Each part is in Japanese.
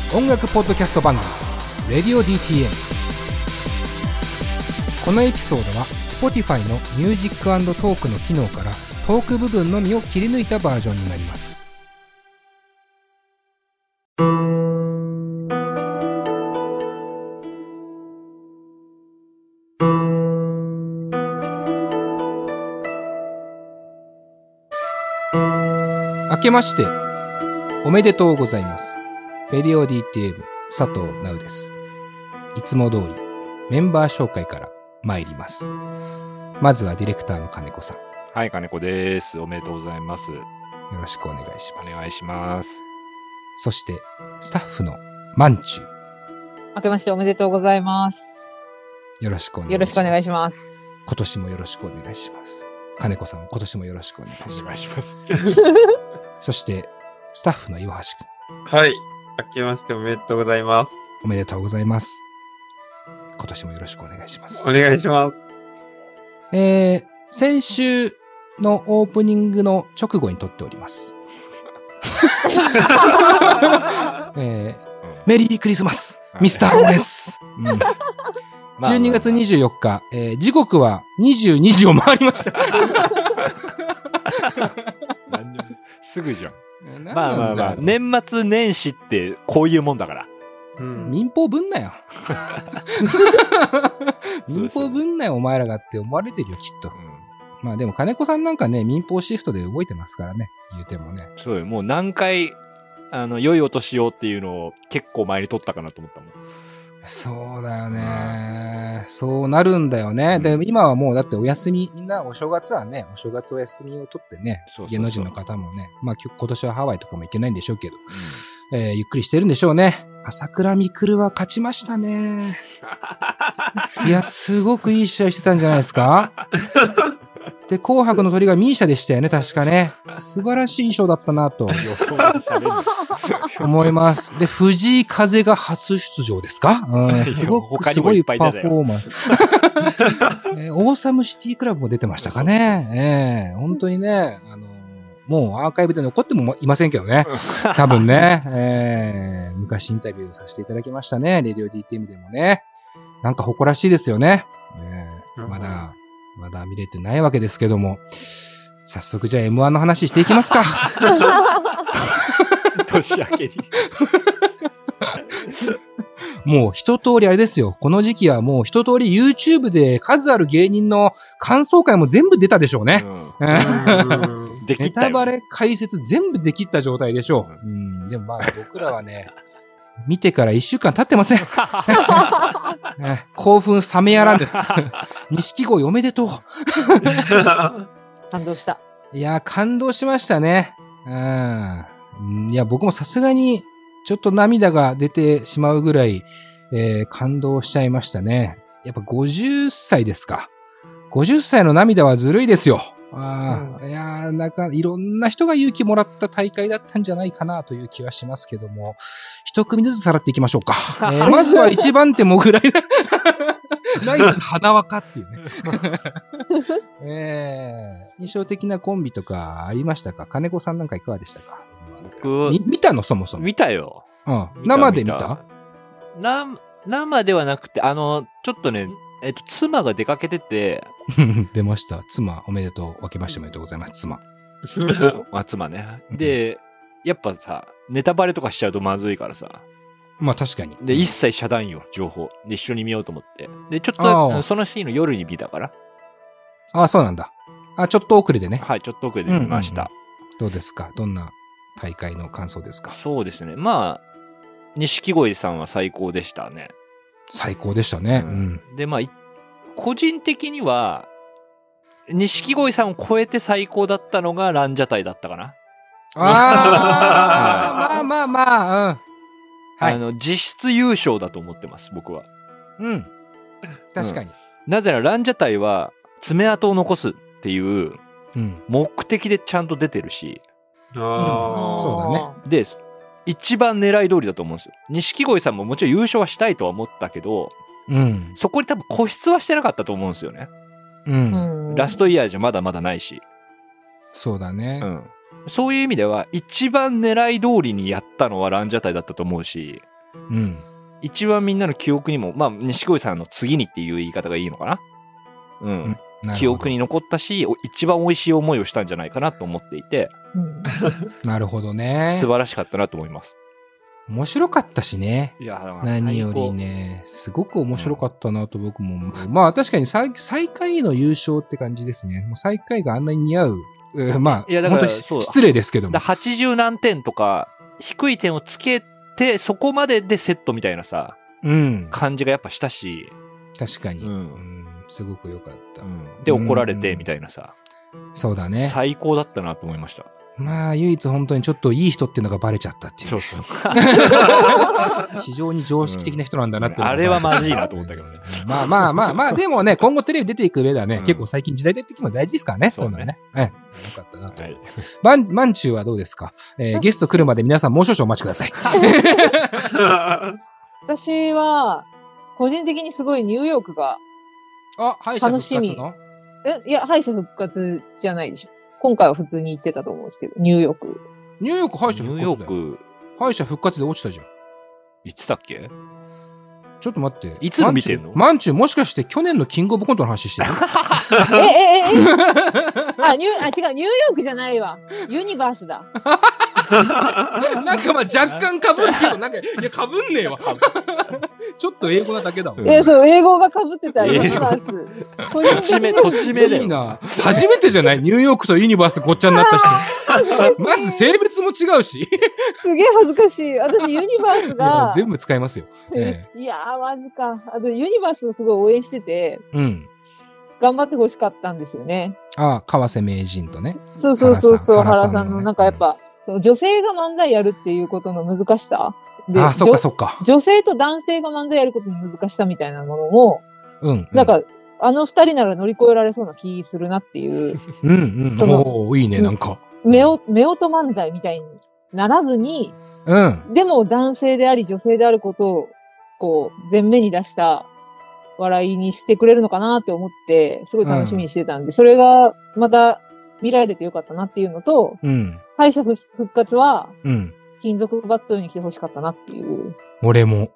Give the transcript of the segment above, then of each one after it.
音楽ポッドキャスト番組レディオ DTM。 このエピソードは Spotify のミュージック&トークの機能からトーク部分のみを切り抜いたバージョンになります。明けましておめでとうございます。レディオ DTM 佐藤直です。いつも通りメンバー紹介から参ります。まずはディレクターの金子さん。 はい、金子です。おめでとうございます。よよろしくお願いします。 お願いします。 そしてスタッフのまんちゅう。 明けましておめでとうございます。 よろしくお願いします。 よろしくお願いします。 今年もよろしくお願いします。金子さんも今年もよろしくお願いします。 お願いします。 そしてスタッフの岩橋くん。 はい。明けましておめでとうございます。 おめでとうございます。今年もよろしくお願いします。 お願いします。 先週のオープニングの直後に撮っております。メリークリスマス、ミスターオです。12月24日、時刻は22時を回りました。 すぐじゃん。まあまあまあ、年末年始ってこういうもんだから。 民放ぶんなよ。民放ぶんなよお前らがって思われてるよきっと。まあでも金子さんなんかね、民放シフトで動いてますからね、言うてもね。 そうよ、もう何回良いお年をっていうのを結構前に撮ったかなと思ったもん。 そうだよね、そうなるんだよね、で今はもうだってお休み、みんなお正月はね、お正月お休みを取ってね、芸能人の方もね、まあ今年はハワイとかも行けないんでしょうけど、ゆっくりしてるんでしょうね。朝倉未来は勝ちましたね。いや、すごくいい試合してたんじゃないですか。で、紅白の鳥がミーシャでしたよね、確かね。素晴らしい衣装だったなと思います。で、藤井風が初出場ですか？すごいパフォーマンス。オーサムシティクラブも出てましたかね。本当にね、もうアーカイブで残ってもいませんけどね。多分ね、昔インタビューさせていただきましたね。レディオ DTM でもね。なんか誇らしいですよね。まだ見れてないわけですけども、早速じゃあ M1 の話していきますか。 年明けに。 もう一通りあれですよ。この時期はもう一通り YouTube で数ある芸人の感想会も全部出たでしょうね。ネタバレ解説全部できった状態でしょう。でもまあ僕らはね、見てから1週間経ってません。興奮冷めやらぬ。錦鯉おめでとう。 感動した。 いや、感動しましたね。いや、僕もさすがにちょっと涙が出てしまうぐらい、感動しちゃいましたね。やっぱ50歳ですか。50歳の涙はずるいですよ。いや、なんかいろんな人が勇気もらった大会だったんじゃないかなという気はしますけども、一組ずつさらっていきましょうか。まずは一番手もぐらいナイス花若っていうね。印象的なコンビとかありましたか？金子さんなんかいかがでしたか？僕見たのそもそも。 見たよ。 生で見た？ 生ではなくて、ちょっとね、妻が出かけてて。 出ました。妻、おめでとう。明けましておめでとうございます。妻。 妻ね。で、やっぱさ、ネタバレとかしちゃうとまずいからさ。 まあ確かに。 で、一切遮断よ、情報。で、一緒に見ようと思って。で、ちょっと、その日の夜に見たから。 そうなんだ。ちょっと遅れでね。 はい、ちょっと遅れで見ました。 どうですか？どんな大会の感想ですか？ そうですね。まあ、錦鯉さんは最高でしたね。 最高でしたね。 で、まあ、個人的には、錦鯉さんを超えて最高だったのがランジャタイだったかな。 まあ。 実質優勝だと思ってます、僕は。 確かに。 なぜならランジャタイは爪痕を残すっていう目的でちゃんと出てるし。 そうだね。 で、一番狙い通りだと思うんですよ。錦鯉さんももちろん優勝はしたいとは思ったけど、そこに多分固執はしてなかったと思うんですよね。ラストイヤーじゃまだまだないし。 そうだね。 そういう意味では一番狙い通りにやったのはランジャタイだったと思うし、 うん。 一番みんなの記憶にも、まあ、錦鯉さんの次にっていう言い方がいいのかな。うん。記憶に残ったし、一番美味しい思いをしたんじゃないかなと思っていて。 なるほどね。 素晴らしかったなと思います。 面白かったしね。 いや、 何よりね、すごく面白かったなと僕も。まあ確かに最下位の優勝って感じですね。もう最下位があんなに似合う。まあ、いやだから本当に失礼ですけども。 80何点とか、低い点をつけて、そこまででセットみたいなさ、感じがやっぱしたし。 確かに。すごく良かった。 で、怒られて、みたいなさ。 そうだね。 最高だったなと思いました。 まあ、唯一本当にちょっといい人っていうのがバレちゃったっていう。 そうそう。 非常に常識的な人なんだなって。 あれはまずいなと思ったけどね。 まあ、でもね、今後テレビ出ていく上ではね、結構最近時代的にも大事ですからね。そうだね。よかったなと。まんちゅうはどうですか？ゲスト来るまで皆さんもう少々お待ちください。 私は、個人的にすごいニューヨークが楽しみ。いや、敗者復活じゃないでしょ。今回は普通に行ってたと思うんですけど、ニューヨーク。 ニューヨーク敗者復活だよ。ニューヨーク敗者復活で落ちたじゃん。 いつだっけ？ ちょっと待って。 いつの見てんの？ マンチューもしかして去年のキングオブコントの話してる？ 違う、ニューヨークじゃないわ。ユニバースだ。 なんかまあ若干被るけど、なんか、いや被んねえわ。ちょっと英語なだけだもん。 そう、英語が被ってたユニバース。 土地名だよ。いいな。初めてじゃない？ニューヨークとユニバースごっちゃになった人。まず性別も違うし。 すげえ恥ずかしい。私ユニバースが。 全部使いますよ。 いやー、マジか。ユニバースをすごい応援してて。頑張ってほしかったんですよね。 川瀬名人とね。 そう、原さんの、なんかやっぱ、女性が漫才やるっていうことの難しさ。 で、そっか。 女性と男性が漫才やることの難しさみたいなものも、なんか、あの二人なら乗り越えられそうな気するなっていう。 いいね、なんか。 夫婦漫才みたいにならずに、でも男性であり女性であることを、こう、前面に出した笑いにしてくれるのかなって思って、すごい楽しみにしてたんで、それがまた見られてよかったなっていうのと、敗者復活は、金属バットに来てほしかったなっていう。 俺も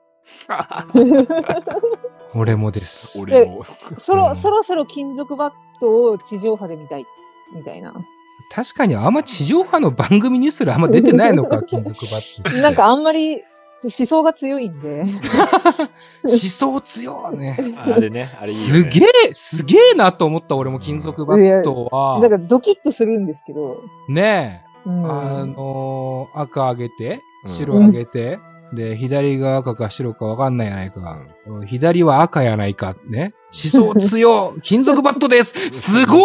です。 俺も。そろそろ金属バットを地上波で見たい、みたいな。 確かにあんま地上波の番組にすらあんま出てないのか、金属バット。 なんかあんまり思想が強いんで。 思想強いね。 あれね、あれいいよね。すげえなと思った俺も金属バットは。 なんかドキッとするんですけど。 ねえ。赤上げて、白上げて、で、左が赤か白かわかんないやないか。左は赤やないか。ね。思想強金属バットですすごっ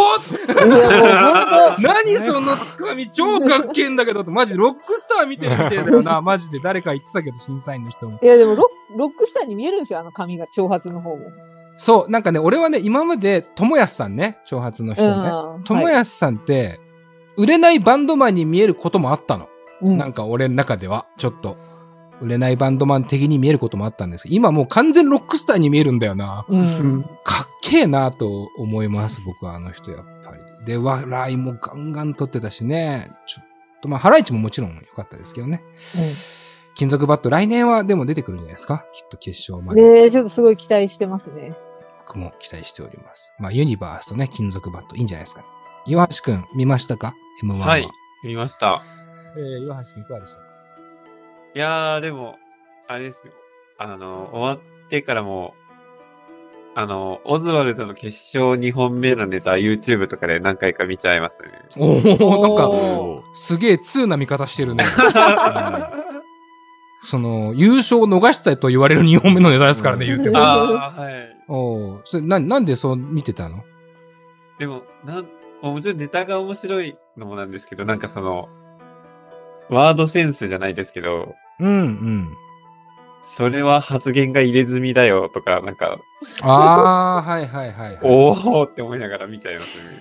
何そのつかみ超かっけえんだけどマジロックスター見てるみたいだよな。マジで誰か言ってたけど審査員の人も。 いやでもロックスターに見えるんですよ、あの髪が、長髪の方も。 そう、なんかね、俺はね、今まで、友安さんね、長髪の人ね。友安さんって、売れないバンドマンに見えることもあったの。なんか俺の中では、ちょっと。売れないバンドマン的に見えることもあったんですけど、今もう完全ロックスターに見えるんだよな。かっけえなと思います、僕はあの人やっぱり。で、笑いもガンガン取ってたしね。ちょっと、まあ、ハライチももちろん良かったですけどね。金属バット、来年はでも出てくるんじゃないですか、きっと決勝まで。 ちょっとすごい期待してますね。 僕も期待しております。まあ、ユニバースとね、金属バット、いいんじゃないですかね。岩橋くん、見ましたか ?M1 は。 はい、見ました。 岩橋くんいかがでしたか？ いやー、でも、あれですよ。終わってからも、オズワルドの決勝2本目のネタ、YouTube とかで何回か見ちゃいますね。 なんか、すげえ通な見方してるね。優勝を逃したと言われる2本目のネタですからね、言っても。 はい。 それなんでそう見てたの？ でも、もちろんネタが面白いのもなんですけど、なんかワードセンスじゃないですけど、それは発言が入れ墨だよとか、なんか。 はい。 おーって思いながら見ちゃいます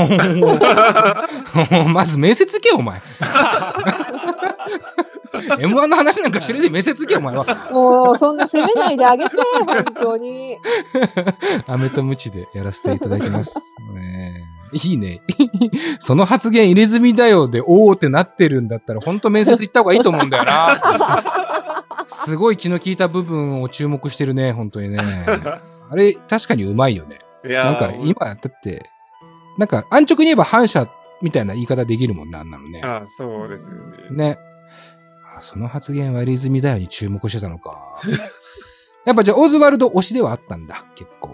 ね。まず面接行けよ、お前。M1 の話なんかしてるで面接行けよ、お前は。 もう、そんな責めないであげて、本当に。 飴とムチでやらせていただきます。いいね。その発言入れ墨だよで、おーってなってるんだったら、ほんと面接行った方がいいと思うんだよな。 すごい気の利いた部分を注目してるね、本当にね。あれ、確かにうまいよね。なんか今、だって、なんか安直に言えば反射みたいな言い方できるもんな、あんなのね。 ああ、そうですよね。 ね。その発言は入泉だよに注目してたのか。やっぱじゃあオズワルド推しではあったんだ、結構。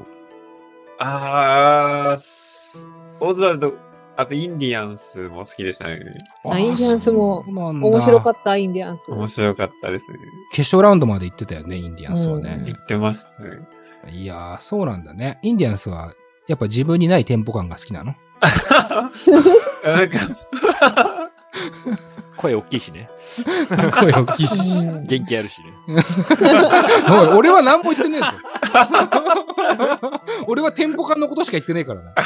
ああ、オズワルド、あとインディアンスも好きでしたね。 インディアンスも面白かった、インディアンス。 面白かったですね。 決勝ラウンドまで行ってたよね、インディアンスはね。 行ってましたね。 いやー、そうなんだね。インディアンスは、やっぱ自分にないテンポ感が好きなの？ なんか声大きいしね。 声大きいし。 元気あるしね。 俺は何も言ってねえぞ。俺はテンポ感のことしか言ってねえからな。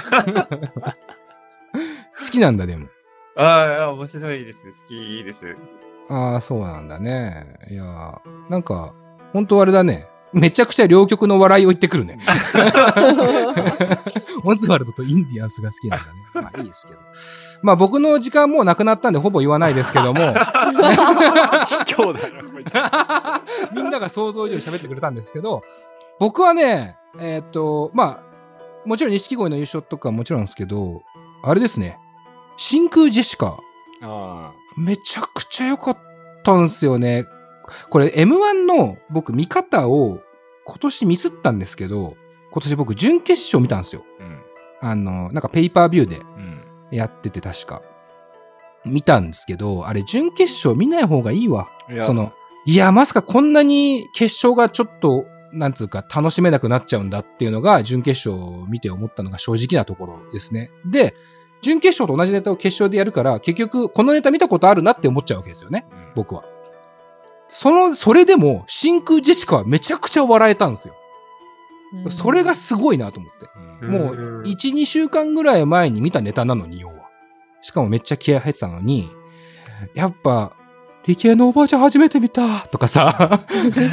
好きなんだ、でも。 ああ、面白いですね。好きです。 ああ、そうなんだね。いやなんか、本当あれだね。めちゃくちゃ両極の笑いを言ってくるね。オズワルドとインディアンスが好きなんだね。まあいいですけど。まあ僕の時間もうなくなったんでほぼ言わないですけども。今日だよ、こいつ。 みんなが想像以上に喋ってくれたんですけど、僕はね、まあ、もちろん錦鯉の優勝とかもちろんですけど、あれですね。真空ジェシカ。めちゃくちゃ良かったんですよね。これ M1 の僕見方を今年ミスったんですけど、今年僕準決勝見たんですよ。なんかペーパービューでやってて確か。見たんですけど、あれ準決勝見ない方がいいわ。いや、まさかこんなに決勝がちょっと、なんつうか楽しめなくなっちゃうんだっていうのが準決勝を見て思ったのが正直なところですね。で、準決勝と同じネタを決勝でやるから、結局このネタ見たことあるなって思っちゃうわけですよね。僕は。それでも、真空ジェシカはめちゃくちゃ笑えたんですよ。それがすごいなと思って。もう、1、2週間ぐらい前に見たネタなのに、要は。しかもめっちゃ気合入ってたのに、やっぱ、理系のおばあちゃん初めて見たとかさ、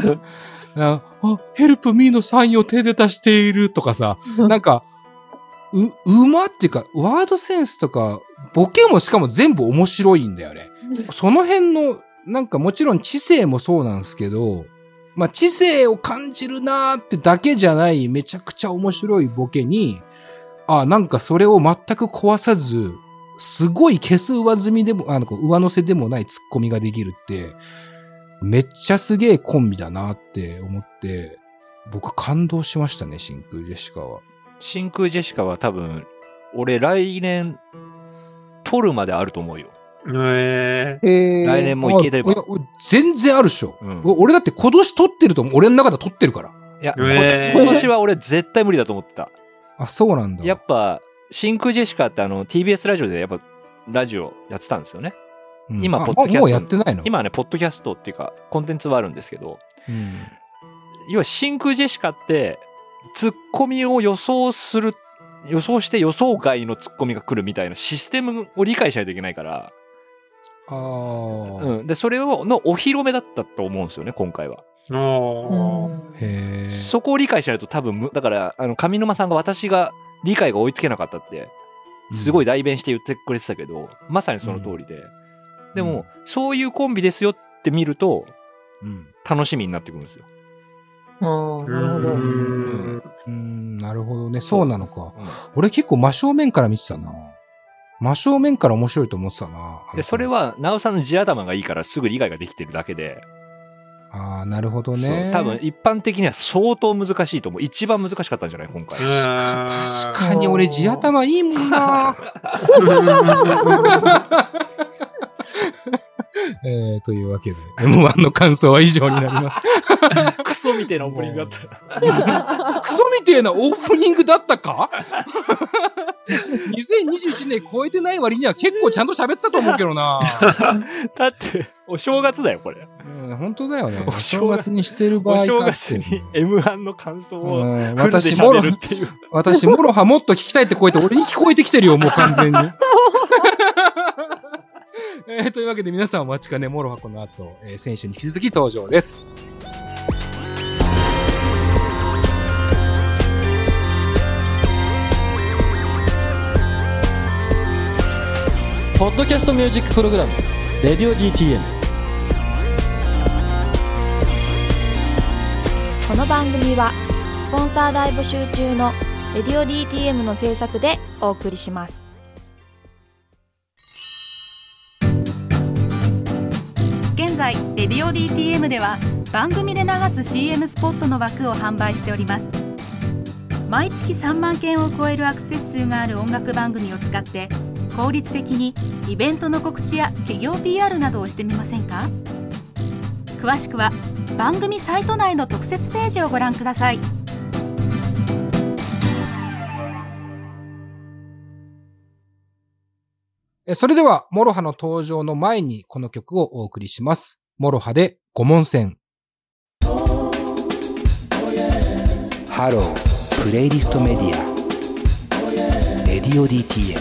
ヘルプミーのサインを手で出しているとかさ、なんか、うまっていうか、ワードセンスとか、ボケもしかも全部面白いんだよね。その辺の、なんかもちろん知性もそうなんですけど、まあ知性を感じるなーってだけじゃないめちゃくちゃ面白いボケに、なんかそれを全く壊さず、すごい消す上積みでも、上乗せでもないツッコミができるって、めっちゃすげえコンビだなって思って、僕感動しましたね、真空ジェシカは。 真空ジェシカは多分、俺来年、撮るまであると思うよ。来年もいけてれば。 全然あるっしょ。俺だって今年撮ってると思う。俺の中で撮ってるから。 いや、今年は俺絶対無理だと思ってた。 あ、そうなんだ。 やっぱ、真空ジェシカってTBS ラジオでやっぱラジオやってたんですよね。今、ポッドキャスト。 もうやってないの？ 今はね、ポッドキャストっていうか、コンテンツはあるんですけど、要は真空ジェシカって、ツッコミを予想して予想外のツッコミが来るみたいなシステムを理解しないといけないから、で、それのお披露目だったと思うんですよね、今回は。そこを理解しないと多分、だから、上沼さんが私が理解が追いつけなかったって、すごい代弁して言ってくれてたけど、まさにその通りで。でも、そういうコンビですよって見ると、楽しみになってくるんですよ。 なるほど。 なるほどね。そうなのか。俺結構真正面から見てたな。真正面から面白いと思ってたな。 で、それは、なおさんの地頭がいいからすぐ理解ができてるだけで。 なるほどね。 多分、一般的には相当難しいと思う。一番難しかったんじゃない今回。 確かに俺地頭いいもんな。というわけで、M1 の感想は以上になります。 クソみてえなオープニングだった。 クソみてえなオープニングだったか ?2021 年超えてない割には結構ちゃんと喋ったと思うけどな。 だって、お正月だよ、これ。 本当だよね。お正月にしてる場合か。 お正月に M1 の感想をフルで喋るっていう。 私、モロハもっと聞きたいって声って俺に聞こえてきてるよ、もう完全に。というわけで皆さんお待ちかね、モロハこの後、先週に引き続き登場です。 ポッドキャストミュージックプログラム、レディオ DTM。 この番組はスポンサー大募集中のレディオ DTM の制作でお送りします。 現在レディオ DTM では番組で流す CM スポットの枠を販売しております。毎月3万件を超えるアクセス数がある音楽番組を使って効率的にイベントの告知や企業 PR などをしてみませんか？詳しくは番組サイト内の特設ページをご覧ください。 それではモロハの登場の前にこの曲をお送りします。モロハで5問線。 ハロープレイリストメディアレディオ DTM。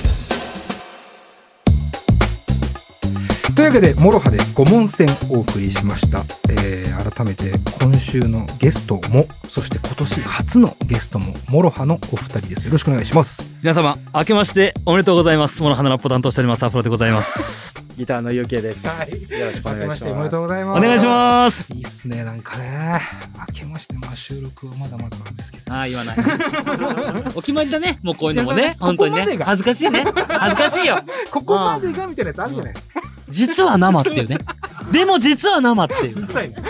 というわけでモロハで5問線お送りしました。改めて今週のゲストも、そして今年初のゲストもモロハのお二人です。よろしくお願いします。 皆様明けましておめでとうございます。モロハのラップを担当しておりますアフロでございます。 ギターのゆうけいです。はい、よろしくお願いします。 おめでとうございます。 お願いします。 いいっすね、なんかね。明けまして、まあ収録はまだまだなんですけど。 ああ、言わない。お決まりだね。もうこういうのもね、本当にね。恥ずかしいね。恥ずかしいよ。 ここまでがみたいなやつあるじゃないですか。 実は生っていうね。でも実は生っていう。 うるさいね。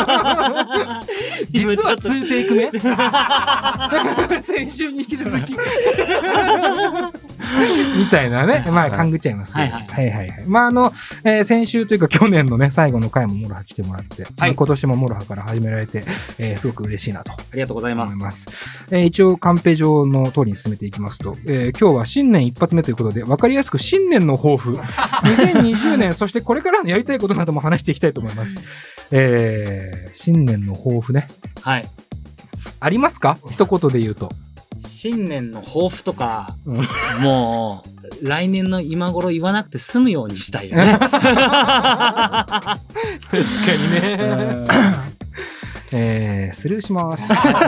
実はついていくね。先週に引き続き。みたいなね。まあ、勘ぐっちゃいますけど。はいはいはい。まあ先週というか去年のね、最後の回もモロハ来てもらって、今年もモロハから始められて、すごく嬉しいなと。 ありがとうございます。 一応、カンペ上の通りに進めていきますと、今日は新年一発目ということで、わかりやすく新年の抱負、2020年、そしてこれからのやりたいことなども話していきたいと思います。新年の抱負ね。 はい。 ありますか？一言で言うと。 新年の抱負とか、もう、来年の今頃言わなくて済むようにしたいよね。確かにね。スルーします。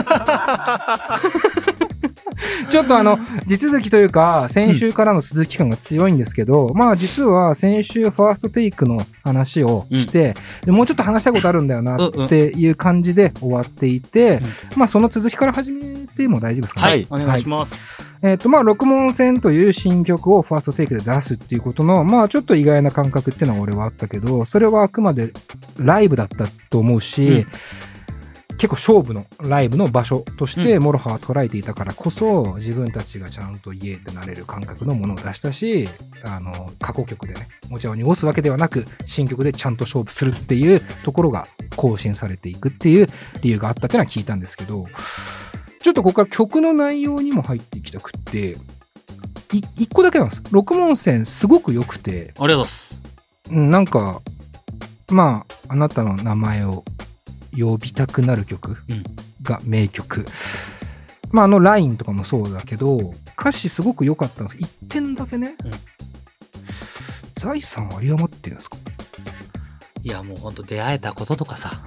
ちょっと地続きというか、先週からの続き感が強いんですけど、まあ実は先週ファーストテイクの話をして、でもうちょっと話したいことあるんだよなっていう感じで終わっていて、まあその続きから始めても大丈夫ですかね。 はい、お願いします。 まあ六問線という新曲をファーストテイクで出すっていうことの、まあちょっと意外な感覚っていうのは俺はあったけど、それはあくまでライブだったと思うし、結構勝負のライブの場所としてモロハは捉えていたからこそ、自分たちがちゃんとイエーってなれる感覚のものを出したし、過去曲でね、お茶を濁すわけではなく、新曲でちゃんと勝負するっていうところが更新されていくっていう理由があったっていうのは聞いたんですけど、ちょっとここから曲の内容にも入っていきたくって、一個だけなんです。六問線すごく良くて。 ありがとうございます。 なんか、まあ、あなたの名前を呼びたくなる曲が名曲。まあラインとかもそうだけど、歌詞すごく良かったんですけど、一点だけね、財産有り余ってるんですか？ いや、もうほんと出会えたこととかさ。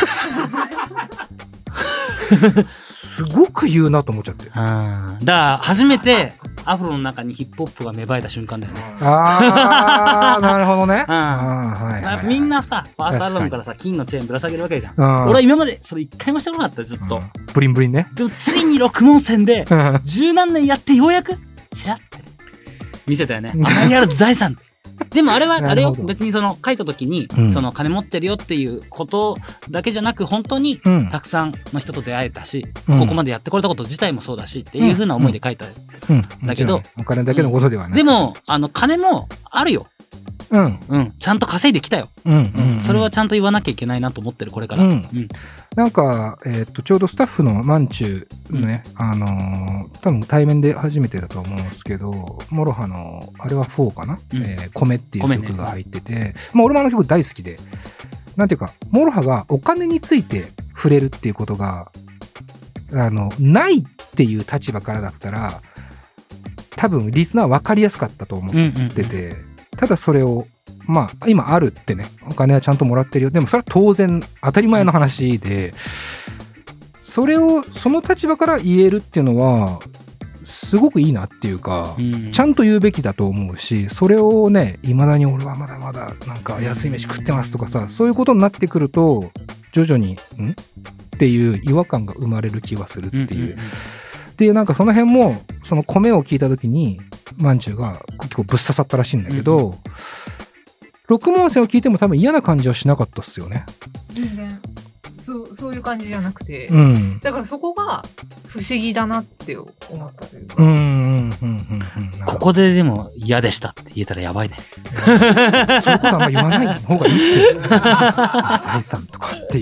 すごく言うなと思っちゃって。だから初めてアフロの中にヒップホップが芽生えた瞬間だよね。 ああ、なるほどね。 みんなさ、ファーストアルバムからさ、金のチェーンぶら下げるわけじゃん。俺は今までそれ一回もしたことなかった、ずっと。 ブリンブリンね。 でもついに六問線で、十何年やってようやく、チラッて見せたよね。あまりある財産。でもあれは、あれを別に書いた時に、金持ってるよっていうことだけじゃなく、本当にたくさんの人と出会えたし、ここまでやってこれたこと自体もそうだしっていう風な思いで書いたんだけど、 お金だけのことではない。 でも、金もあるよ。ちゃんと稼いできたよ。それはちゃんと言わなきゃいけないなと思ってる、これから。 なんか、ちょうどスタッフのマンチュのね、多分対面で初めてだと思うんですけど、モロハの、あれは4かな、米っていう曲が入ってて、まあ俺も曲大好きで、なんていうか、モロハがお金について触れるっていうことが、ないっていう立場からだったら、多分リスナー分かりやすかったと思ってて、ただそれを、まあ、今あるってね、お金はちゃんともらってるよ。でもそれは当然、当たり前の話で、それを、その立場から言えるっていうのは、すごくいいなっていうか、ちゃんと言うべきだと思うし、それをね、未だに俺はまだまだ、なんか安い飯食ってますとかさ、そういうことになってくると、徐々に、 っていう違和感が生まれる気はするっていう。っていうなんかその辺もその米を聞いた時にまんじゅうが結構ぶっ刺さったらしいんだけど、六文銭を聞いても多分嫌な感じはしなかったっすよね。 全然そういう感じじゃなくて、だからそこが不思議だなって思ったというか。 ここででも嫌でしたって言えたらやばいね。 そういうことあんま言わない方がいいっすよ。財産とかっていう。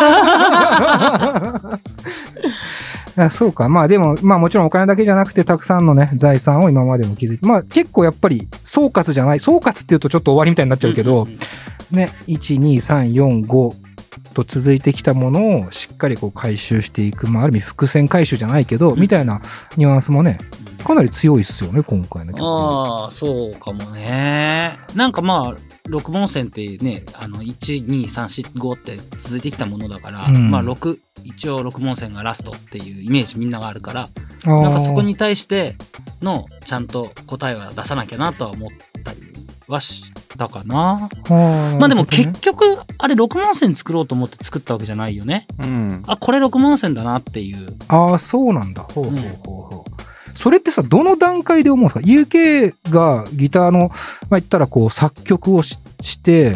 そうか。まあでも、まあもちろんお金だけじゃなくてたくさんのね、財産を今までも築いて、まあ結構やっぱり総括じゃない、総括っていうとちょっと終わりみたいになっちゃうけど、ね、1、2、3、4、5と続いてきたものをしっかりこう回収していく、まあある意味伏線回収じゃないけど、みたいなニュアンスもね、かなり強いっすよね、今回の曲。 ああ、そうかもね。なんかまあ、六文銭ってね、1、2、3、4、5って続いてきたものだから、まあ一応六文銭がラストっていうイメージみんながあるから、なんかそこに対してのちゃんと答えは出さなきゃなとは思ったりはしたかな。まあでも結局、あれ六文銭作ろうと思って作ったわけじゃないよね。あ、これ六文銭だなっていう。 ああ、そうなんだ。ほうほうほうほう。それってさ、どの段階で思うんですか？ UK がギターの、まあ、言ったらこう作曲をして、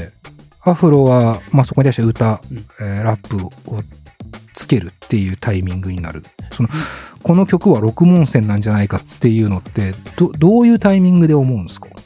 アフロは、まあ、そこに対して歌、ラップをつけるっていうタイミングになる。この曲は六文銭なんじゃないかっていうのって、どういうタイミングで思うんですか？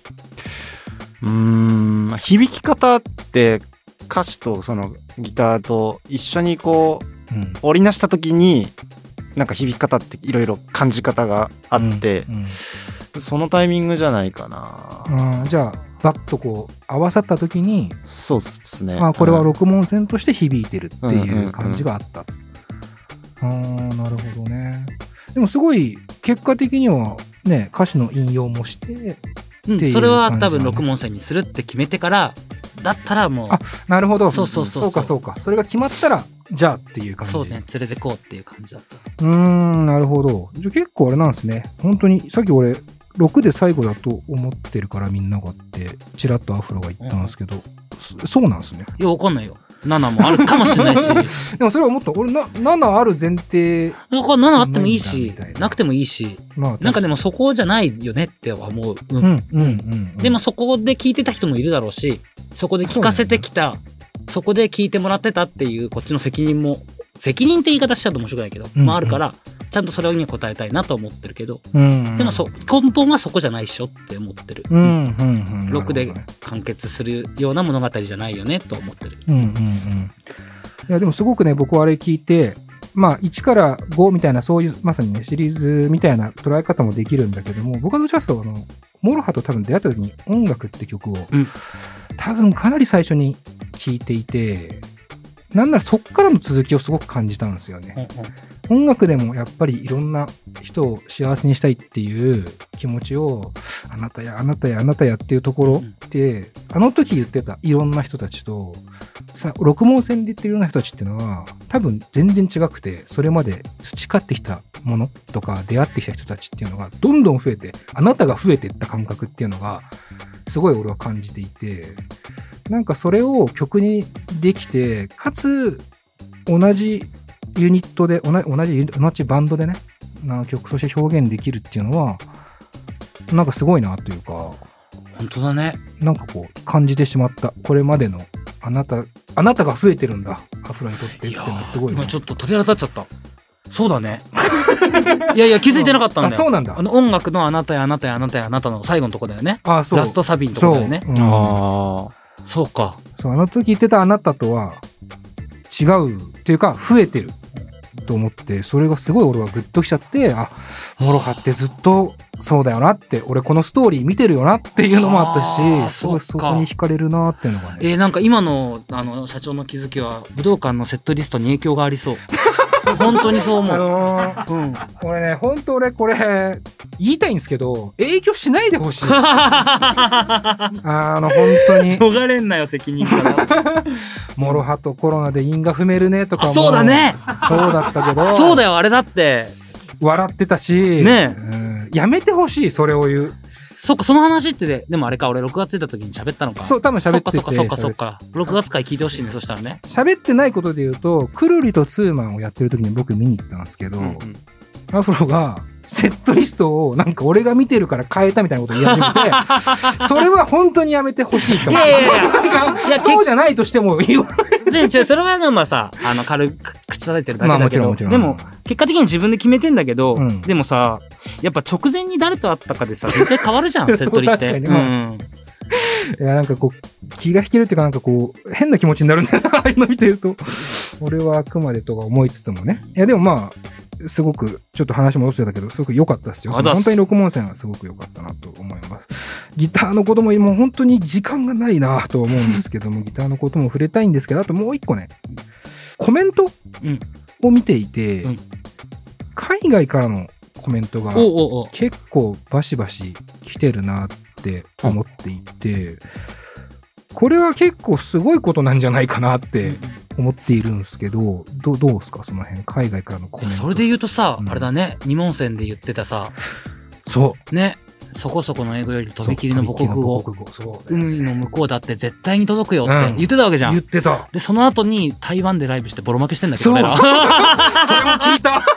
響き方って歌詞とそのギターと一緒にこう、織りなした時に、なんか響き方っていろいろ感じ方があって、そのタイミングじゃないかな。 じゃあバッとこう合わさった時に、 そうですね。 これは六文銭として響いてるっていう感じがあった。なるほどね。でもすごい結果的にはね、歌詞の引用もして、 それは多分六文銭にするって決めてからだったらもう、 なるほど。 そうか。 それが決まったらじゃあっていう感じ。 そうね、連れてこうっていう感じだった。 なるほど。じゃあ結構あれなんですね。本当にさっき俺6で最後だと思ってるからみんながってちらっとアフロが言ったんですけど、そうなんですね。 いや、わかんないよ。7もあるかもしれないし。 でもそれは思った。俺7ある前提。 7あってもいいし、なくてもいいし、なんかでもそこじゃないよねっては思う。でもそこで聞いてた人もいるだろうし、そこで聞かせてきた、そこで聞いてもらってたっていうこっちの責任って言い方しちゃうと面白くないけど、まああるから、ちゃんとそれに答えたいなと思ってるけど、でも根本はそこじゃないっしょって思ってる。6で完結するような物語じゃないよねと思ってる。 いやでもすごくね、僕はあれ聞いて、まあ1から5みたいなそういうまさにねシリーズみたいな捉え方もできるんだけども、僕はどちらかというとモロハと多分出会った時に音楽って曲を、多分かなり最初に聴いていて、なんならそっからの続きをすごく感じたんですよね。音楽でもやっぱりいろんな人を幸せにしたいっていう気持ちを、あなたやあなたやあなたやっていうところって、あの時言ってたいろんな人たちと、六文銭で言ってるような人たちっていうのは多分全然違くて、それまで培ってきたものとか出会ってきた人たちっていうのがどんどん増えて、あなたが増えていった感覚っていうのがすごい俺は感じていて、なんかそれを曲にできて、かつ同じユニットで同じバンドでね、曲として表現できるっていうのはなんかすごいなというか、 本当だね。 なんかこう感じてしまった。これまでのあなたが増えてるんだ、アフロにとってっていうのはすごい、ね。 今ちょっと鳥肌立っちゃった。そうだね。いや気づいてなかったんだよ。 そうなんだ。 音楽のあなたやあなたやあなたやあなたの最後のとこだよね。ラストサビのとこだよね。そうか。 あの時言ってたあなたとは違うっていうか増えてると思って、それがすごい俺はグッときちゃって、モロハってずっとそうだよなって、俺このストーリー見てるよなっていうのもあったし、すごいそこに惹かれるなっていうのがね。 なんか今の社長の気づきは武道館のセットリストに影響がありそう。本当にそう思う。 俺ね、本当俺これ言いたいんですけど、影響しないでほしい。本当に。 逃れんなよ、責任から。 モロハとコロナで因が踏めるねとかも。 そうだね。 そうだったけど。 そうだよ、あれだって。 笑ってたし。 ね、 やめてほしい、それを言う。 そっか、その話って、でもあれか、俺6月出た時に喋ったのか。 そう、多分喋ってて。 そっか。6月回聞いてほしいね、そしたらね。 喋ってないことで言うと、くるりとツーマンをやってる時に僕見に行ったんですけど、アフロが、セットリストをなんか俺が見てるから変えたみたいなことを言い始めて、それは本当にやめてほしいと思う。いや、そうじゃないとしても言わない。それはまあさ、軽く口叩いてるだけだけど、もちろん。でも、結果的に自分で決めてんだけど、でもさ、やっぱ直前に誰と会ったかでさ、全然変わるじゃん、セットリって。 いや、なんかこう、気が引けるっていうか、なんかこう、変な気持ちになるんだよな、ああいうの見てると。俺はあくまでとか思いつつもね。いや、でもまあ、すごく、ちょっと話戻してたけど、すごく良かったですよ。本当に六文線はすごく良かったなと思います。ギターのことも、もう本当に時間がないなと思うんですけども、ギターのことも触れたいんですけど、あともう一個ね、コメントを見ていて、海外からのコメントが結構バシバシ来てるなって思っていて、これは結構すごいことなんじゃないかなって思っているんですけど、どうですかその辺、海外からのコメント。 それで言うとさ、あれだね、二門線で言ってたさ、 そうね、そこそこの英語よりとびきりの母国語、海の向こうだって絶対に届くよって言ってたわけじゃん。 言ってた。 で、その後に台湾でライブしてボロ負けしてんだけど、俺ら。 それも聞いた。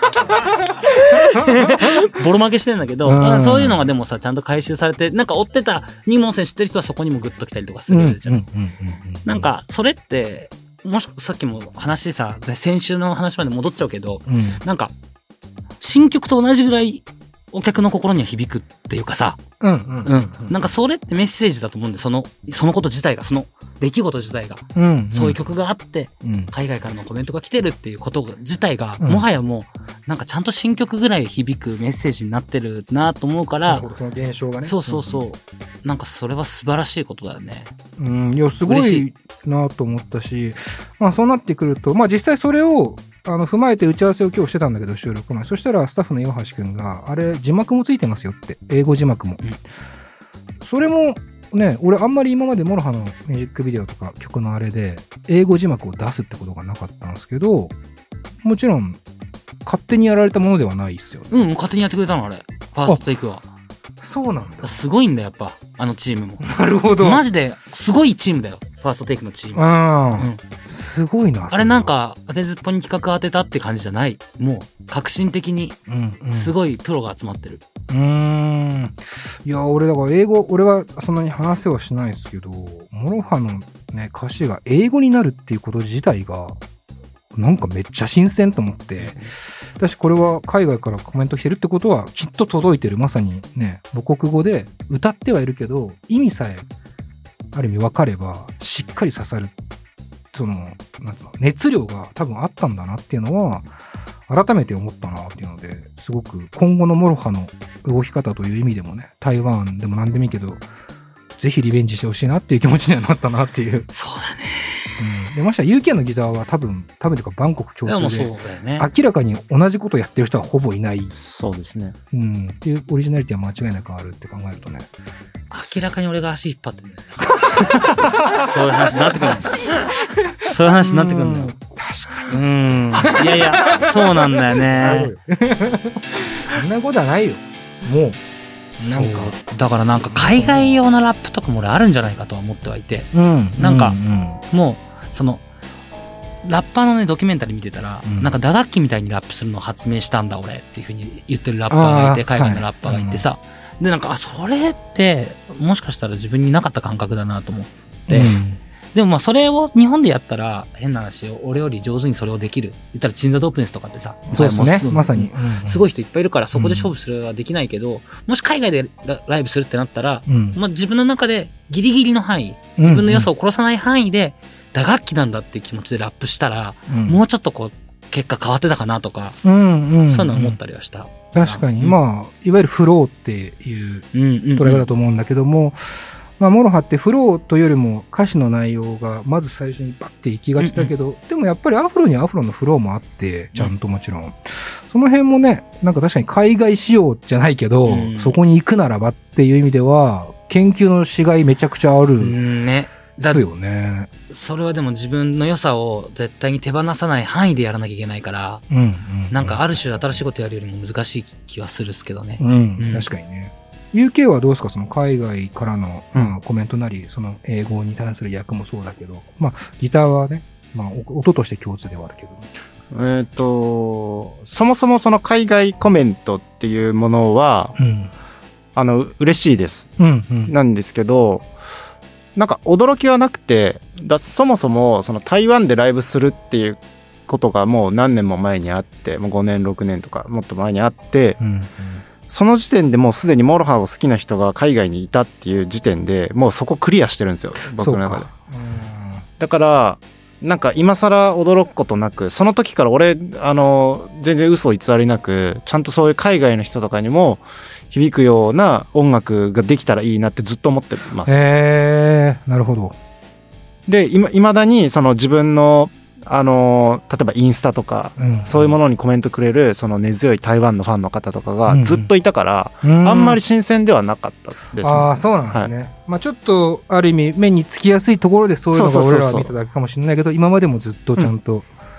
ボロ負けしてんだけど、そういうのがでもさ、ちゃんと回収されて、なんか追ってた二門線知ってる人はそこにもグッと来たりとかするじゃん。なんか、それって、もし、さっきも話さ、先週の話まで戻っちゃうけど、なんか、新曲と同じぐらいお客の心には響くっていうかさ、なんかそれってメッセージだと思うんで、そのこと自体が、その出来事自体が、そういう曲があって、海外からのコメントが来てるっていうこと自体が、もはやもう、なんかちゃんと新曲ぐらい響くメッセージになってるなと思うから、 その現象がね。 そう。なんかそれは素晴らしいことだよね。 いや、すごいなと思ったし、まあそうなってくると、まあ実際それを、踏まえて打ち合わせを今日してたんだけど、収録前。そしたらスタッフの岩橋くんが、あれ、字幕もついてますよって。英語字幕も。それも、ね、俺あんまり今までモロハのミュージックビデオとか曲のあれで、英語字幕を出すってことがなかったんですけど、もちろん、勝手にやられたものではないですよね。 勝手にやってくれたの、あれ。ファーストテイクは。 そうなんだ。 すごいんだよ、やっぱ。あのチームも。 なるほど。 マジで、すごいチームだよ。ファーストテイクのチーム。 すごいな。 あれなんか、当てずっぽに企画当てたって感じじゃない。もう、革新的に、すごいプロが集まってる。 いや、俺だから英語、俺はそんなに話せはしないですけど、モロハのね、歌詞が英語になるっていうこと自体が、なんかめっちゃ新鮮と思って、私これは海外からコメント来てるってことはきっと届いてる、まさにね、母国語で歌ってはいるけど、意味さえある意味分かればしっかり刺さる、その、なんつうの、熱量が多分あったんだなっていうのは、改めて思ったなっていうので、すごく今後のモロハの動き方という意味でもね、台湾でも何でもいいけど、ぜひリベンジしてほしいなっていう気持ちにはなったなっていう。 そうだね。 でました UK のギターは多分というかバンコク共通で、 そうだよね、 明らかに同じことをやってる人はほぼいない。 そうですね。 っていうオリジナリティは間違いなくあるって考えるとね。 明らかに俺が足引っ張ってるんだよ。そういう話になってくるんです。そういう話になってくるんだよ。 確かに。 いやいや、そうなんだよね。 そんなことはないよ。もう。 なんかだからなんか海外用のラップとかも俺あるんじゃないかとは思ってはいて、なんかもうそのラッパーのねドキュメンタリー見てたら、なんか打楽器みたいにラップするのを発明したんだ俺っていう風に言ってるラッパーがいて、海外のラッパーがいてさ、でなんかそれってもしかしたら自分になかった感覚だなと思って、でもまあそれを日本でやったら変な話を俺より上手にそれをできる。言ったらチンザドープネスとかってさ、 そうですね。まさに。 すごい人いっぱいいるからそこで勝負するはできないけど、もし海外でライブするってなったら、まあ自分の中でギリギリの範囲、自分の良さを殺さない範囲で打楽器なんだっていう気持ちでラップしたら、もうちょっとこう結果変わってたかなとか、そういうの思ったりはした。 確かに。まあ、いわゆるフローっていう捉え方だと思うんだけども、まあ、モロハってフローというよりも歌詞の内容がまず最初にバッて行きがちだけど、でもやっぱりアフロにはアフロのフローもあって、ちゃんともちろん。その辺もね、なんか確かに海外仕様じゃないけど、そこに行くならばっていう意味では、研究のしがいめちゃくちゃある。 ね。 ですよね。 それはでも自分の良さを絶対に手放さない範囲でやらなきゃいけないから、なんかある種新しいことやるよりも難しい気はするっすけどね。 確かにね。 UK はどうですか、その海外からの、コメントなり、その英語に対する訳もそうだけど、まあ、ギターはね、まあ、音として共通ではあるけど。 そもそもその海外コメントっていうものは、嬉しいです。なんですけど、なんか驚きはなくて、そもそもその台湾でライブするっていうことがもう何年も前にあって、もう5年、6年とかもっと前にあって、その時点でもうすでにモロハを好きな人が海外にいたっていう時点でもうそこクリアしてるんですよ、僕の中で。だから、なんか今更驚くことなく、その時から俺、全然嘘偽りなく、ちゃんとそういう海外の人とかにも響くような音楽ができたらいいなってずっと思ってます。 なるほど。 で、未だにその自分の、例えばインスタとか、そういうものにコメントくれる、その根強い台湾のファンの方とかがずっといたから、あんまり新鮮ではなかったですね。 ああ、そうなんですね。まあちょっと、ある意味、目につきやすいところでそういうのが俺らは見ただけかもしれないけど、今までもずっとちゃんと、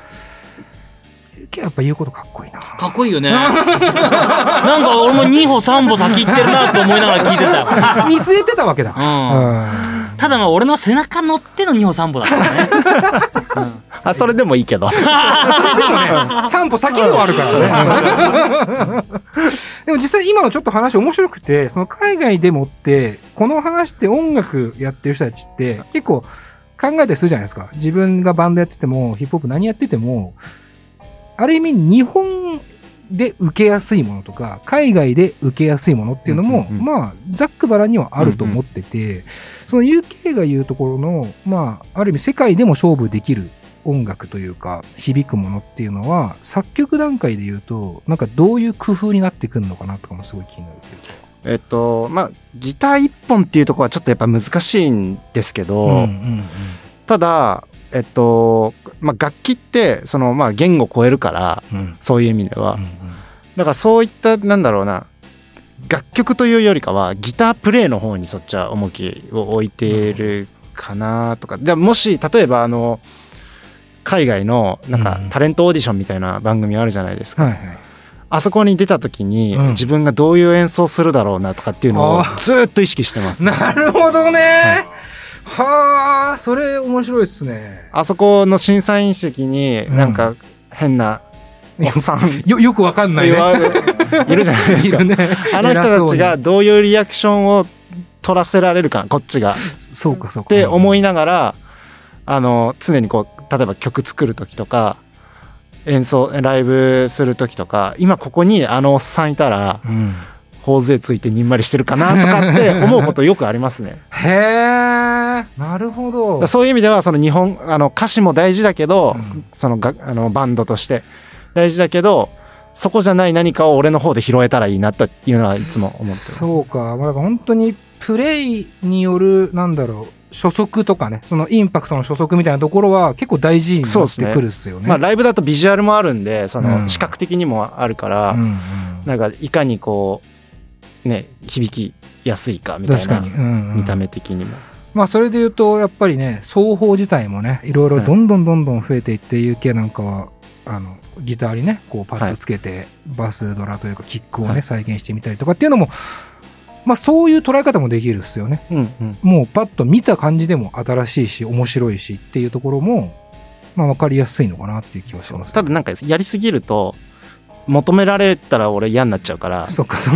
やっぱ言うことかっこいいな。 かっこいいよね。なんか俺も2歩3歩先行ってるなと思いながら聞いてたよ。 見据えてたわけだ。 ただまあ俺の背中乗っての2歩3歩だからね。それでもいいけど。 それでもね、3歩先ではあるからね。でも実際今のちょっと話面白くて、その海外でもって、この話って音楽やってる人たちって結構考えたりするじゃないですか。自分がバンドやってても、ヒップホップ何やってても、ある意味日本で受けやすいものとか、海外で受けやすいものっていうのも、まあ、ざっくばらんにはあると思ってて、その UK が言うところの、まあ、ある意味世界でも勝負できる音楽というか、響くものっていうのは、作曲段階で言うと、なんかどういう工夫になってくるのかなとかもすごい気になるというか。まあ、ギター一本っていうところはちょっとやっぱ難しいんですけど、ただ、まあ、楽器ってそのまあ言語を超えるから、そういう意味では、だからそういったなんだろうな、楽曲というよりかはギタープレイの方にそっちは重きを置いてるかなとか。でもし例えば海外のなんかタレントオーディションみたいな番組あるじゃないですか、あそこに出た時に自分がどういう演奏するだろうなとかっていうのをずっと意識してます。 なるほどね。はあ、それ面白いですね。 あそこの審査員席になんか変なおっさん、 よくわかんないね。 いるじゃないですか。あの人たちがどういうリアクションを取らせられるかな、こっちが。 そうか。 って思いながら、常にこう、例えば曲作る時とか、ライブする時とか、今ここにおっさんいたら、頬杖ついてにんまりしてるかなとかって思うことよくありますね。 へー、なるほど。 そういう意味ではその歌詞も大事だけど、そのバンドとして大事だけど、そこじゃない何かを俺の方で拾えたらいいなというのはいつも思ってます。 そうか。まあ、だから本当にプレイによる初速とかね、そのインパクトの初速みたいなところは結構大事になってくるっすよね。 まあライブだとビジュアルもあるんで、その視覚的にもあるから、なんかいかにこうね、響きやすいかみたいな、見た目的にも。 まあそれで言うとやっぱりね、奏法自体もね、いろいろどんどん増えていって、UK なんかはギターにね、こうパッとつけて、バスドラというかキックをね、再現してみたりとかっていうのも、まあそういう捉え方もできるっすよね。もうパッと見た感じでも新しいし面白いしっていうところも、まあ分かりやすいのかなっていう気はします。 ただなんかやりすぎると求められたら俺嫌になっちゃうから。 そっか、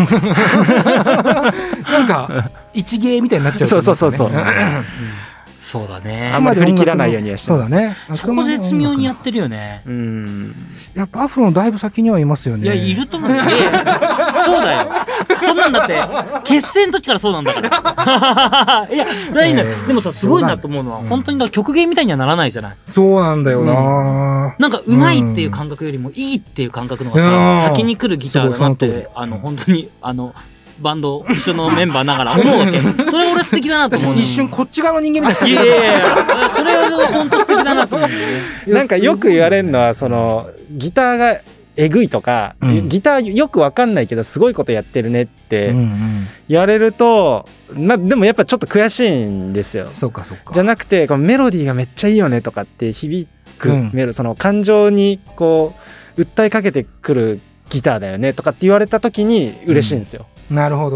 なんか一芸みたいになっちゃう、ね。 そう。 そうだね。 あんまり振り切らないようにはしてます。 そうだね。 そこ絶妙にやってるよね。 やっぱアフロのだいぶ先にはいますよね。 いや、いると思う。そうだよ。そんなんだって、結成の時からそうなんだから。いや、それはいいんだよ。でもさ、すごいなと思うのは、本当に曲芸みたいにはならないじゃない。 そうなんだよな。 なんか、上手いっていう感覚よりも、いいっていう感覚のがさ、先に来るギターだなって、本当に、バンド一緒のメンバーながら思うわけ。それ俺素敵だなと思う。 一瞬こっち側の人間みたいな。いやそれは本当素敵だなと思う。 なんかよく言われるのは、その、ギターがえぐいとか、ギターよくわかんないけどすごいことやってるねって言われると、でもやっぱちょっと悔しいんですよ。 そうか。 じゃなくて、このメロディーがめっちゃいいよねとかって響く、その感情にこう、訴えかけてくるギターだよねとかって言われた時に嬉しいんですよ。 なるほど。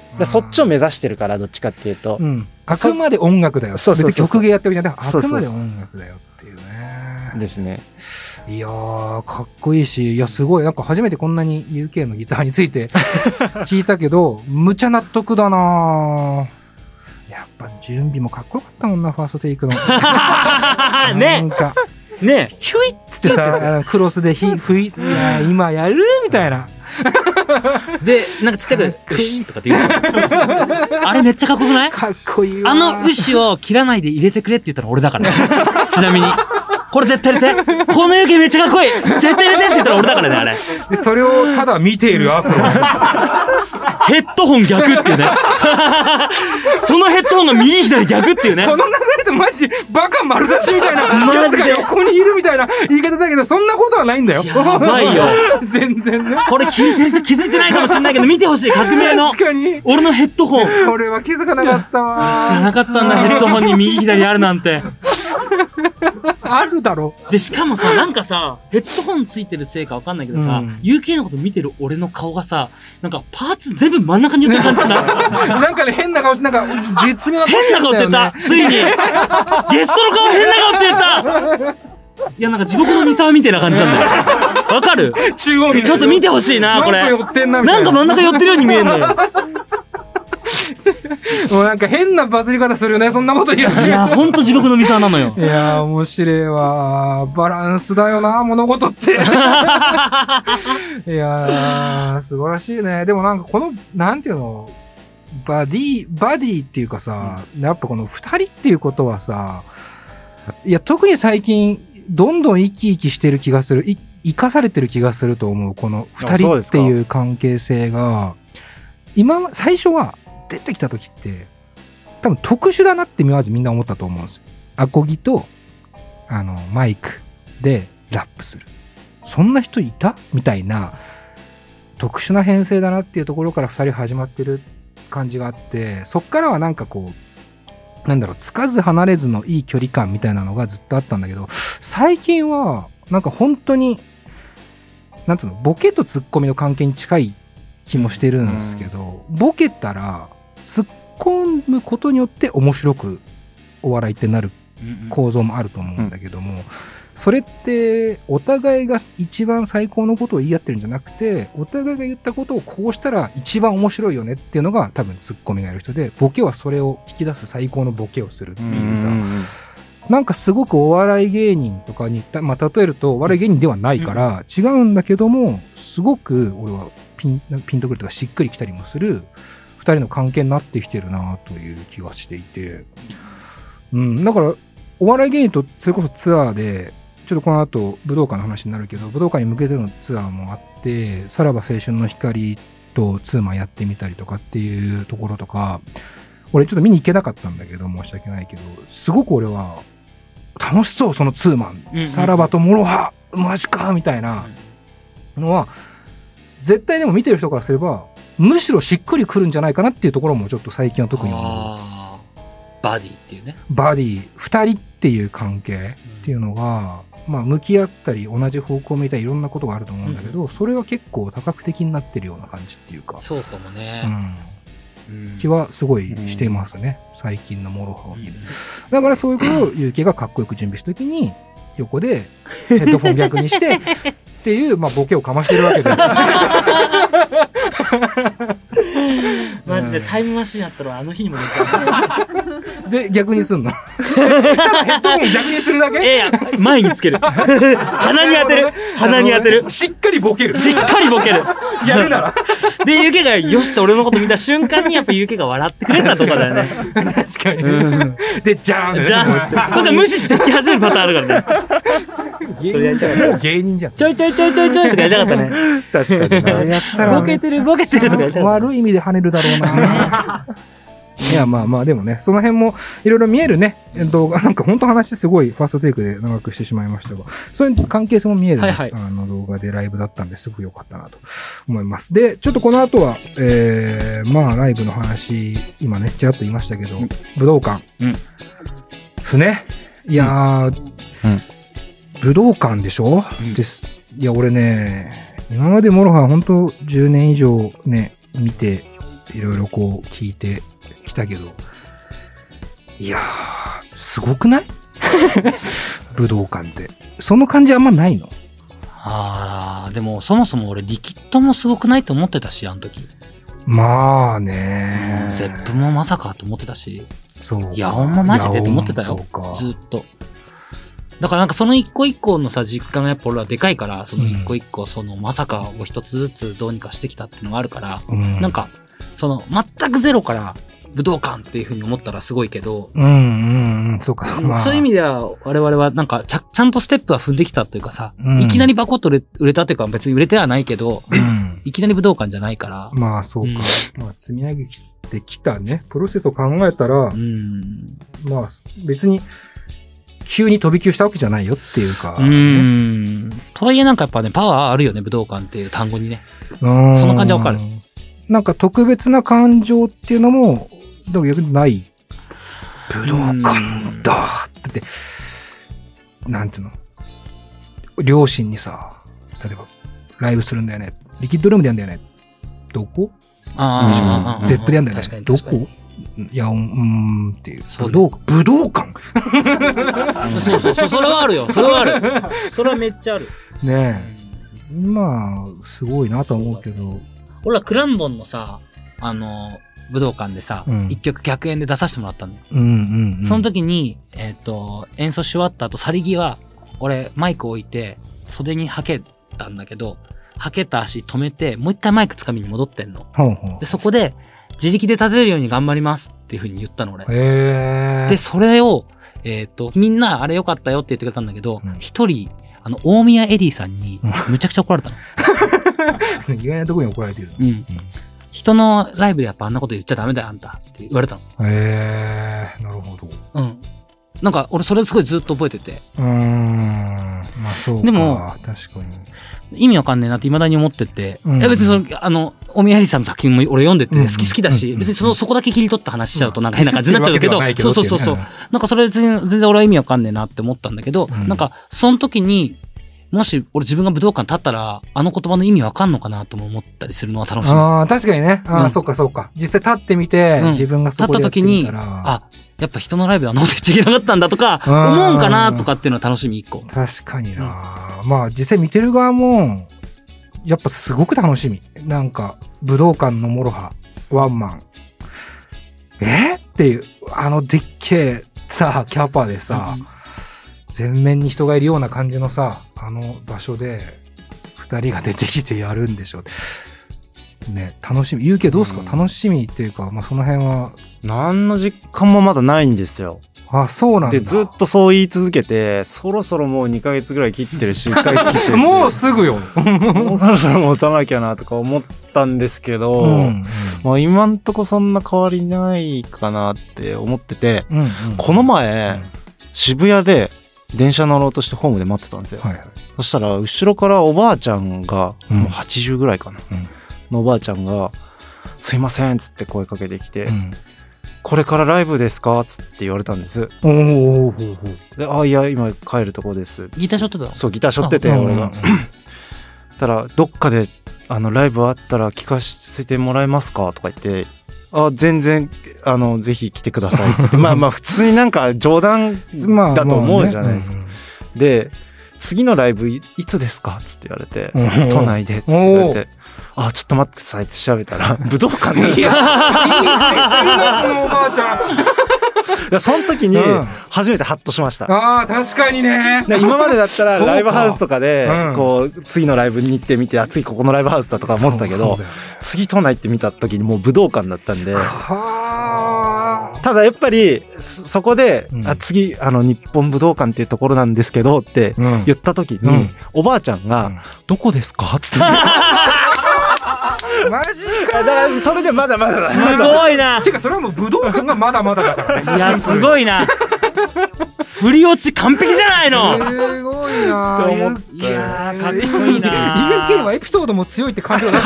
そっちを目指してるから、どっちかっていうと。 あくまで音楽だよ。別に曲芸やってるじゃなくて、あくまで音楽だよっていうね。 ですね。 いやー、かっこいいし、いや、すごい、なんか初めてこんなに UK のギターについて聞いたけど、むちゃ納得だなぁ。やっぱ準備もかっこよかったもんな、ファーストテイクの。 ねなんか、 ねヒュイッつってさ、クロスで吹いて、いや、今やるみたいな。 で、なんかちっちゃく、牛とかって言うあれめっちゃかっこよくない？ かっこいいわ。 あの牛を切らないで入れてくれって言ったら俺だからね。ちなみに。これ絶対入れて。この雪めっちゃかっこいい。絶対入れてって言ったら俺だからね、あれ。 で、それをただ見ているアフロ。 ヘッドホン逆っていうね。そのヘッドホンが右左逆っていうね。 この流れってマジバカ丸出しみたいなやつが横にいるみたいな言い方だけど、そんなことはないんだよ。 やばいよ。 全然ね。 これ聞いてる人気づいてないかもしれないけど、見てほしい、革命の。 確かに。 俺のヘッドホン。 それは気づかなかったわ。 知らなかったんだ、ヘッドホンに右左あるなんて。 あるだろ。 で、しかもさ、なんかさ、ヘッドホンついてるせいかわかんないけどさ、UK のこと見てる俺の顔がさ、なんかパーツ全部真ん中に寄ってる感じしない？ なんかね、変な顔して、なんか、絶妙な変な顔って言ったついにゲストの顔変な顔って言ったいや、なんか地獄の三沢みたいな感じなんだよ。わかる？ 中央に。 ちょっと見てほしいな、これ。 なんか寄ってんなみたいな。 なんか真ん中寄ってるように見えんのよ。 もうなんか変なバズり方するよね、そんなこと言い始めて。 いや、ほんと地獄の三沢なのよ。 いやー、面白いわ。バランスだよな、物事って。いやー、素晴らしいね。でもなんかこの、なんていうの、バディっていうかさ、やっぱこの二人っていうことはさ、いや、特に最近、どんどん生き生きしてる気がする。生かされてる気がすると思う。この二人っていう関係性が、最初は出てきた時って、多分特殊だなってまずみんな思ったと思うんですよ。アコギと、マイクでラップする。そんな人いたみたいな、特殊な編成だなっていうところから二人始まってる感じがあって、そっからはなんかこう、なんだろう、つかず離れずのいい距離感みたいなのがずっとあったんだけど、最近は、なんか本当に、なんつうの、ボケとツッコミの関係に近い気もしてるんですけど、ボケたら、突っ込むことによって面白くお笑いってなる構造もあると思うんだけども、それってお互いが一番最高のことを言い合ってるんじゃなくて、お互いが言ったことをこうしたら一番面白いよねっていうのが多分ツッコミがやる人で、ボケはそれを引き出す最高のボケをするっていうさ、なんかすごくお笑い芸人とかに、まあ、例えるとお笑い芸人ではないから違うんだけども、すごく俺はピンとくるとかしっくりきたりもする二人の関係になってきてるなという気がしていて、だからお笑い芸人とそれこそツアーで、ちょっとこの後武道館の話になるけど、武道館に向けてのツアーもあって、さらば青春の光とツーマンやってみたりとかっていうところとか、俺ちょっと見に行けなかったんだけど、申し訳ないけど、すごく俺は楽しそう、そのツーマン。さらばとモロハ、マジかみたいなのは、絶対でも見てる人からすれば、むしろしっくりくるんじゃないかなっていうところもちょっと最近は特に思う。 バディっていうね。 バディ、二人っていう関係っていうのが、まあ向き合ったり同じ方向を向いたりいろんなことがあると思うんだけど、それは結構多角的になってるような感じっていうか。 そうかもね。 気はすごいしてますね。最近のモロハを見る。だからそういうことをゆうきがかっこよく準備したときに、横でヘッドフォン逆にして、っていう、まあ、ボケをかましてるわけで。 マジでタイムマシンやったらあの日にも出てで、逆にすんのただヘッドホン逆にするだけ？ いや、前につける。鼻に当てる。鼻に当てる。 しっかりボケる。 しっかりボケる。 やるなら。 で、ゆけがよしって俺のこと見た瞬間にやっぱゆけが笑ってくれたとかだよね。 確かに。で、じゃーん。 じゃーん。それ無視してき始めるパターンあるからね。 もう芸人じゃん。 ちょいとかやりたかったね。 確かにな。 やったらボケてるとかやりたかった。 悪い意味で跳ねるだろうな。いや、まあまあ、でもね、その辺もいろいろ見えるね、動画、なんか本当話すごいファーストテイクで長くしてしまいましたが、そういう関係性も見える、ね、動画でライブだったんですごく良かったなと思います。で、ちょっとこの後は、まあライブの話、今ね、ちらっと言いましたけど、武道館。ですね。いやー、武道館でしょ、です。いや、俺ね、今までモロハ本当10年以上ね、見ていろいろこう聞いてきたけど、いやー、すごくない？武道館って。その感じあんまないの？ でもそもそも俺リキッドもすごくないと思ってたし、あの時。 まあね。 ゼップもまさかと思ってたし。 そう。 ヤオンもマジでと思ってたよ。ずっと。だからなんかその一個一個のさ、実感がやっぱ俺はでかいから、その一個一個、そのまさかを一つずつどうにかしてきたっていうのがあるから、なんか、その全くゼロから武道館っていう風に思ったらすごいけど、 そうか、 そういう意味では我々はなんかちゃんとステップは踏んできたというかさ、いきなりバコッと売れたっていうか別に売れてはないけど、いきなり武道館じゃないから。 まあそうか。まあ積み上げてきたね、プロセスを考えたら、まあ別に、急に飛び級したわけじゃないよっていうか、ね。 とはいえなんかやっぱね、パワーあるよね、武道館っていう単語にね。その感じはわかる。 なんか特別な感情っていうのも、でも逆にない。武道館だって、なんていうの、両親にさ、例えば、ライブするんだよね。リキッドルームでやるんだよね。どこ？ゼップでやるんだよね。どこ？ヤオン、っていう。武道館そう、それはあるよ。それはある。それはめっちゃある。 ねえ。まあ、すごいなと思うけど。 俺らクランボンのさ、武道館でさ、一曲100円で出させてもらったんだよ。その時に、演奏し終わった後、去り際、俺、マイク置いて、袖にはけたんだけど、はけた足止めて、もう一回マイクつかみに戻ってんの。で、そこで、自力で立てるように頑張りますっていう風に言ったの、俺。で、それを、みんなあれ良かったよって言ってくれたんだけど、一人、大宮エリーさんに、むちゃくちゃ怒られたの。 意外なところに怒られてる。 人のライブでやっぱあんなこと言っちゃダメだよ、あんたって言われたの。 なるほど。 なんか、俺それすごいずっと覚えてて。 まあそうか。 でも、 確かに。 意味わかんねえなって未だに思ってて。別に大宮エリさんの作品も俺読んでて好きだし、別にそこだけ切り取った話しちゃうとなんか変な感じになっちゃうけど、そう。なんかそれ全然俺は意味わかんねえなって思ったんだけど、なんか、その時に、もし俺自分が武道館立ったら、あの言葉の意味わかんのかなとも思ったりするのは楽しい。 確かにね。そうか。実際立ってみて、自分がそこでやってみたら。 立った時に、やっぱ人のライブであのこと言っちゃいけなかったんだとか、思うんかなとかっていうのは楽しみ一個。 確かにな。まあ実際見てる側も、やっぱすごく楽しみ。なんか、武道館のモロハ、ワンマン。っていう、でっけえさ、キャパでさ、全面に人がいるような感じのさ、場所で、二人が出てきてやるんでしょ。ね、楽しみ。ゆうけどうすか？楽しみっていうか、まあその辺は。 何の実感もまだないんですよ。 そうなんだ。 で、ずっとそう言い続けて、そろそろもう2ヶ月ぐらい切ってるし、1ヶ月切ってるし。 もうすぐよ。 もうそろそろ持たなきゃなとか思ったんですけど、まあ今んとこそんな変わりないかなって思ってて、この前、渋谷で電車乗ろうとしてホームで待ってたんですよ。そしたら、後ろからおばあちゃんが、もう80ぐらいかな。のおばあちゃんが、すいませんつって声かけてきて、これからライブですかつって言われたんです。で、いや、今帰るとこです。 ギターショットだ。 そう、ギターショってて、俺が。たら、どっかで、ライブあったら聞かせてもらえますかとか言って、全然、ぜひ来てくださいって。まあ、普通になんか冗談だと思うじゃないですか。で、次のライブいつですかつって言われて、都内で、つって言われて、ちょっと待ってくださいって調べたら、武道館ですよ。いいね、そのおばあちゃん。その時に、初めてハッとしました。 確かにね。 今までだったら、ライブハウスとかで、こう、次のライブに行ってみて、次ここのライブハウスだとか思ってたけど、次都内って見た時にもう武道館だったんで、ただやっぱり、そこで、次、日本武道館っていうところなんですけどって言った時に、おばあちゃんが、どこですかつって。 マジか。 だからそれでまだまだだ。 すごいな。 てかそれはもう武道館がまだまだだからね。 いやすごいな。振り落ち完璧じゃないの。 すごいな。 いやかっこいいな。 UK はエピソードも強いって感じが。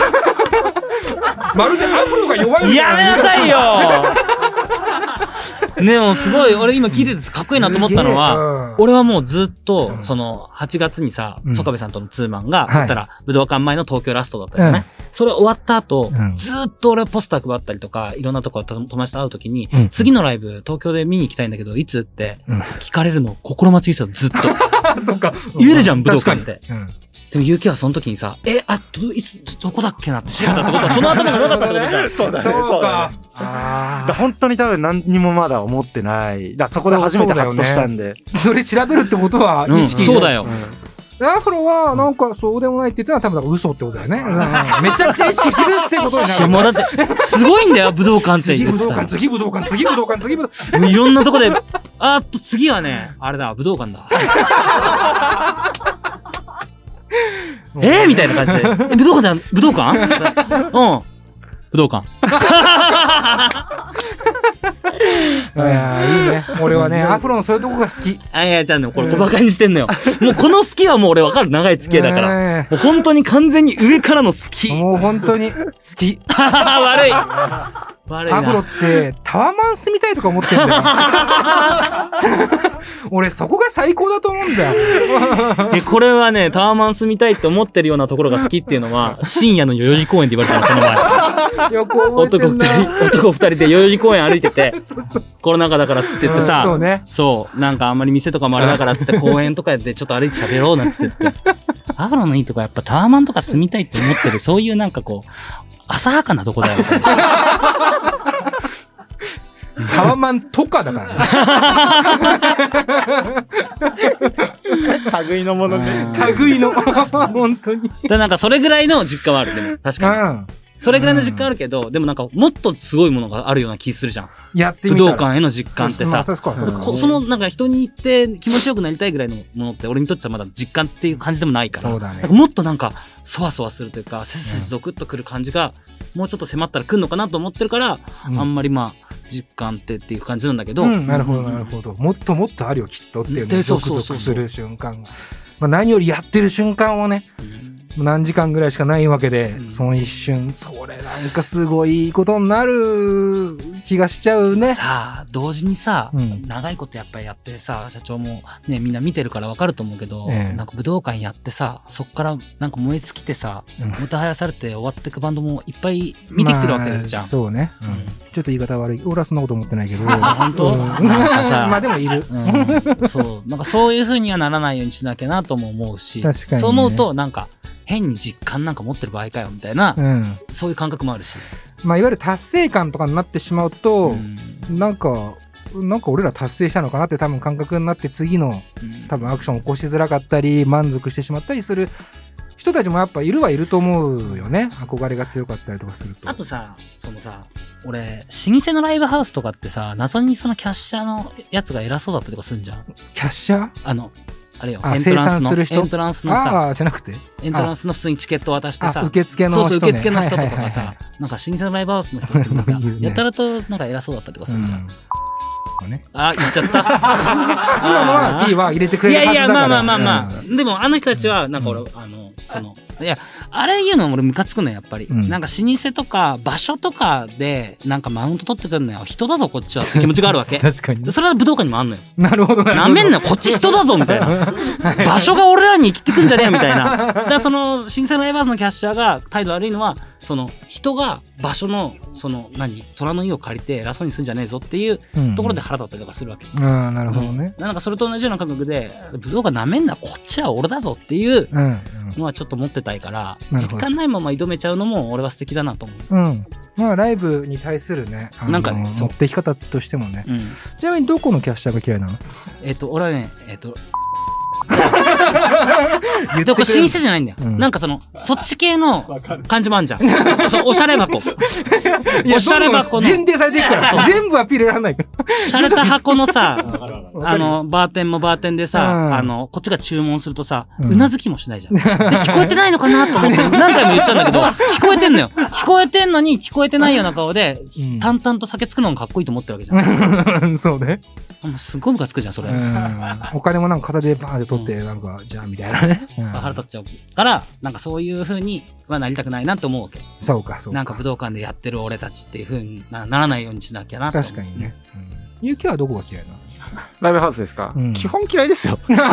まるでアフロが弱い。 やめなさいよ。 でもすごい、俺今聞いててかっこいいなと思ったのは、俺はもうずっと、その、8月にさ、曽我部さんとのツーマンが、言ったら、武道館前の東京ラストだったじゃない？それ終わった後、ずっと俺ポスター配ったりとか、いろんなとこ友達と会うときに、次のライブ、東京で見に行きたいんだけど、いつって聞かれるの心待ちにしたの、ずっと。 そっか。 言えるじゃん、武道館って。でも、ゆうきはその時にさ、いつ、どこだっけなって調べたってことは、その頭がなかったってことじゃん。 そうだね。そうか。本当に多分何にもまだ思ってない。そこで初めてハッとしたんで。 それ調べるってことは、意識そうだよ。 アフロは、なんか、そうでもないって言ったら多分嘘ってことだよね。めちゃくちゃ意識してるってことになる。 もうだって、すごいんだよ、武道館って言ったら。 次武道館。 いろんなとこで、次はね、あれだ、武道館だ。みたいな感じで。武道館武道館武道館。 いや、いいね。俺はね、アフロのそういうとこが好き。 じゃあね、これ小馬鹿にしてんのよ。もうこの好きはもう俺わかる。長い付き合いだから。もう本当に完全に上からの好き。 もう本当に好き。 悪いアフロってタワマン住みたいとか思ってんだよ。俺そこが最高だと思うんだよ。 これはね、タワマン住みたいって思ってるようなところが好きっていうのは、深夜の代々木公園で言われたの、この前。男二人で代々木公園歩いてて、コロナ禍だからっつって言ってさ、なんかあんまり店とかもあれだからっつって公園とかでちょっと歩いて喋ろうなんつって言って。アフロのいいとこやっぱタワマンとか住みたいって思ってる、そういうなんかこう、浅はかなとこだよ。 タワマンとかだからね。類のものね。 類の。本当に。 なんかそれぐらいの実家はある。でも、確かに。それぐらいの実感あるけど、でもなんかもっとすごいものがあるような気するじゃん。 やってみたら。 武道館への実感ってさ、そのなんか人に言って気持ちよくなりたいぐらいのものって俺にとってはまだ実感っていう感じでもないから、 そうだね、 なんかもっとなんかそわそわするというか、背筋ゾクッとくる感じがもうちょっと迫ったら来るのかなと思ってるから、あんまりまあ実感っていう感じなんだけど、 なるほどなるほど、もっともっとあるよきっとっていうのゾクゾクする瞬間が、まあ何よりやってる瞬間をね。何時間ぐらいしかないわけで、その一瞬、それなんかすごいことになる気がしちゃうね。 さあ、同時にさ、長いことやっぱりやってさ、社長もね、みんな見てるからわかると思うけど、なんか武道館やってさ、そっからなんか燃え尽きてさ、もたはやされて終わってくバンドもいっぱい見てきてるわけじゃん。 そうね。ちょっと言い方悪い。俺はそんなこと思ってないけど。 本当？ なんかさ、まあでもいる。 そう。なんかそういう風にはならないようにしなきゃなとも思うし、 確かに。 そう思うとなんか、変に実感なんか持ってる場合かよみたいな、そういう感覚もあるし、 まあいわゆる達成感とかになってしまうと、なんか俺ら達成したのかなって多分感覚になって次の多分アクションを起こしづらかったり満足してしまったりする人たちもやっぱいると思うよね。憧れが強かったりとかすると。 あとさ、そのさ、俺老舗のライブハウスとかってさ、謎にそのキャッシャーのやつが偉そうだったりとかするんじゃん。 キャッシャー？ あれよ、エントランスのさ、 じゃなくてエントランスの普通にチケット渡してさ、 受付の人、 そう受付の人とかがさ、なんか老舗のライブハウスの人ってなんかやたらとなんか偉そうだったりとかするんじゃん。言っちゃった。 今のは P は入れてくれるはずだから。 いや、まあ。でもあの人たちはなんか俺いや、あれ言うの俺ムカつくのよ、やっぱり。なんか老舗とか場所とかでなんかマウント取ってくるのよ。人だぞ、こっちはって気持ちがあるわけ。 確かに。 それは武道館にもあんのよ。 なるほど。 なめんなよ、こっち人だぞ、みたいな。場所が俺らに生きてくんじゃねえよ、みたいな。だからその、老舗のライバーズのキャッシャーが態度悪いのは、その、人が場所の、その、虎の意を借りて偉そうにすんじゃねえぞっていうところで腹立ったりとかするわけ。 なるほどね。 なんかそれと同じような感覚で、武道館なめんな、こっちは俺だぞっていうのはちょっと持ってたいから、実感ないまま挑めちゃうのも俺は素敵だなと思う。 まあライブに対するね、 なんかね、 持っていき方としてもね。ちなみにどこのキャッシャーが嫌いなの？ 俺はね、でもこれ老舗じゃないんだよ。なんかそっち系の感じもあんじゃん。おしゃれ箱。 おしゃれ箱の。前提されていくから。全部アピールやらないから。 しゃれた箱のさ、バーテンもバーテンでさ、こっちが注文するとさ、うなずきもしないじゃん。で、聞こえてないのかなと思って何回も言っちゃうんだけど、聞こえてんのよ。聞こえてんのに聞こえてないような顔で、淡々と酒つくのがかっこいいと思ってるわけじゃん。 そうね。 すごいムカつくじゃん、それ。 お金もなんか片手でバーンって取って、なんか、じゃあみたいなね。 腹立っちゃうから、なんかそういう風にはなりたくないなって思うわけ。 そうか。 なんか武道館でやってる俺たちっていう風にならないようにしなきゃな。 確かにね。 ゆうきはどこが嫌いなの？ ライブハウスですか？基本嫌いですよ。 3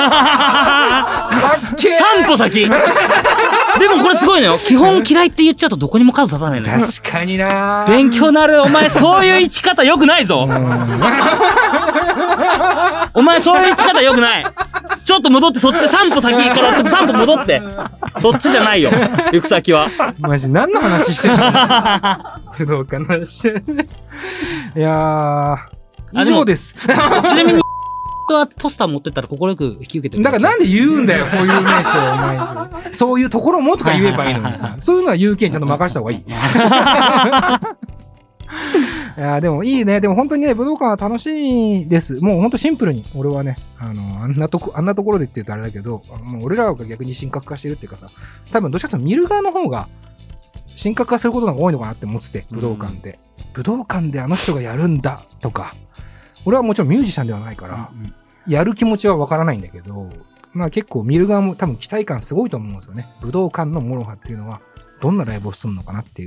歩先でもこれすごいのよ。基本嫌いって言っちゃうとどこにも角立たないのよ。 確かにな。 勉強なる。お前そういう生き方良くないぞ。お前そういう生き方良くない。ちょっと戻ってそっち3歩先からちょっと3歩戻って。そっちじゃないよ。行く先は。 マジ何の話してるの？不動産の話してるね。いやー。以上です。 ちなみに、はポスター持ってったら快く引き受けてる。 だからなんで言うんだよ、こういう名称お前。そういうところもとか言えばいいのにさ。そういうのは言うけんちゃんと任した方がいい。いやでもいいね。でも本当にね、武道館は楽しみです。もう本当シンプルに、俺はね、あんなところでって言うとあれだけど、もう俺らが逆に神格化してるっていうかさ、多分どっちかというと見る側の方が、神格化することの方が多いのかなって思ってて、武道館で。武道館であの人がやるんだとか、俺はもちろんミュージシャンではないから、やる気持ちはわからないんだけど、まあ結構見る側も多分期待感すごいと思うんですよね。武道館のモロハっていうのは、どんなライブをするのかなっていう。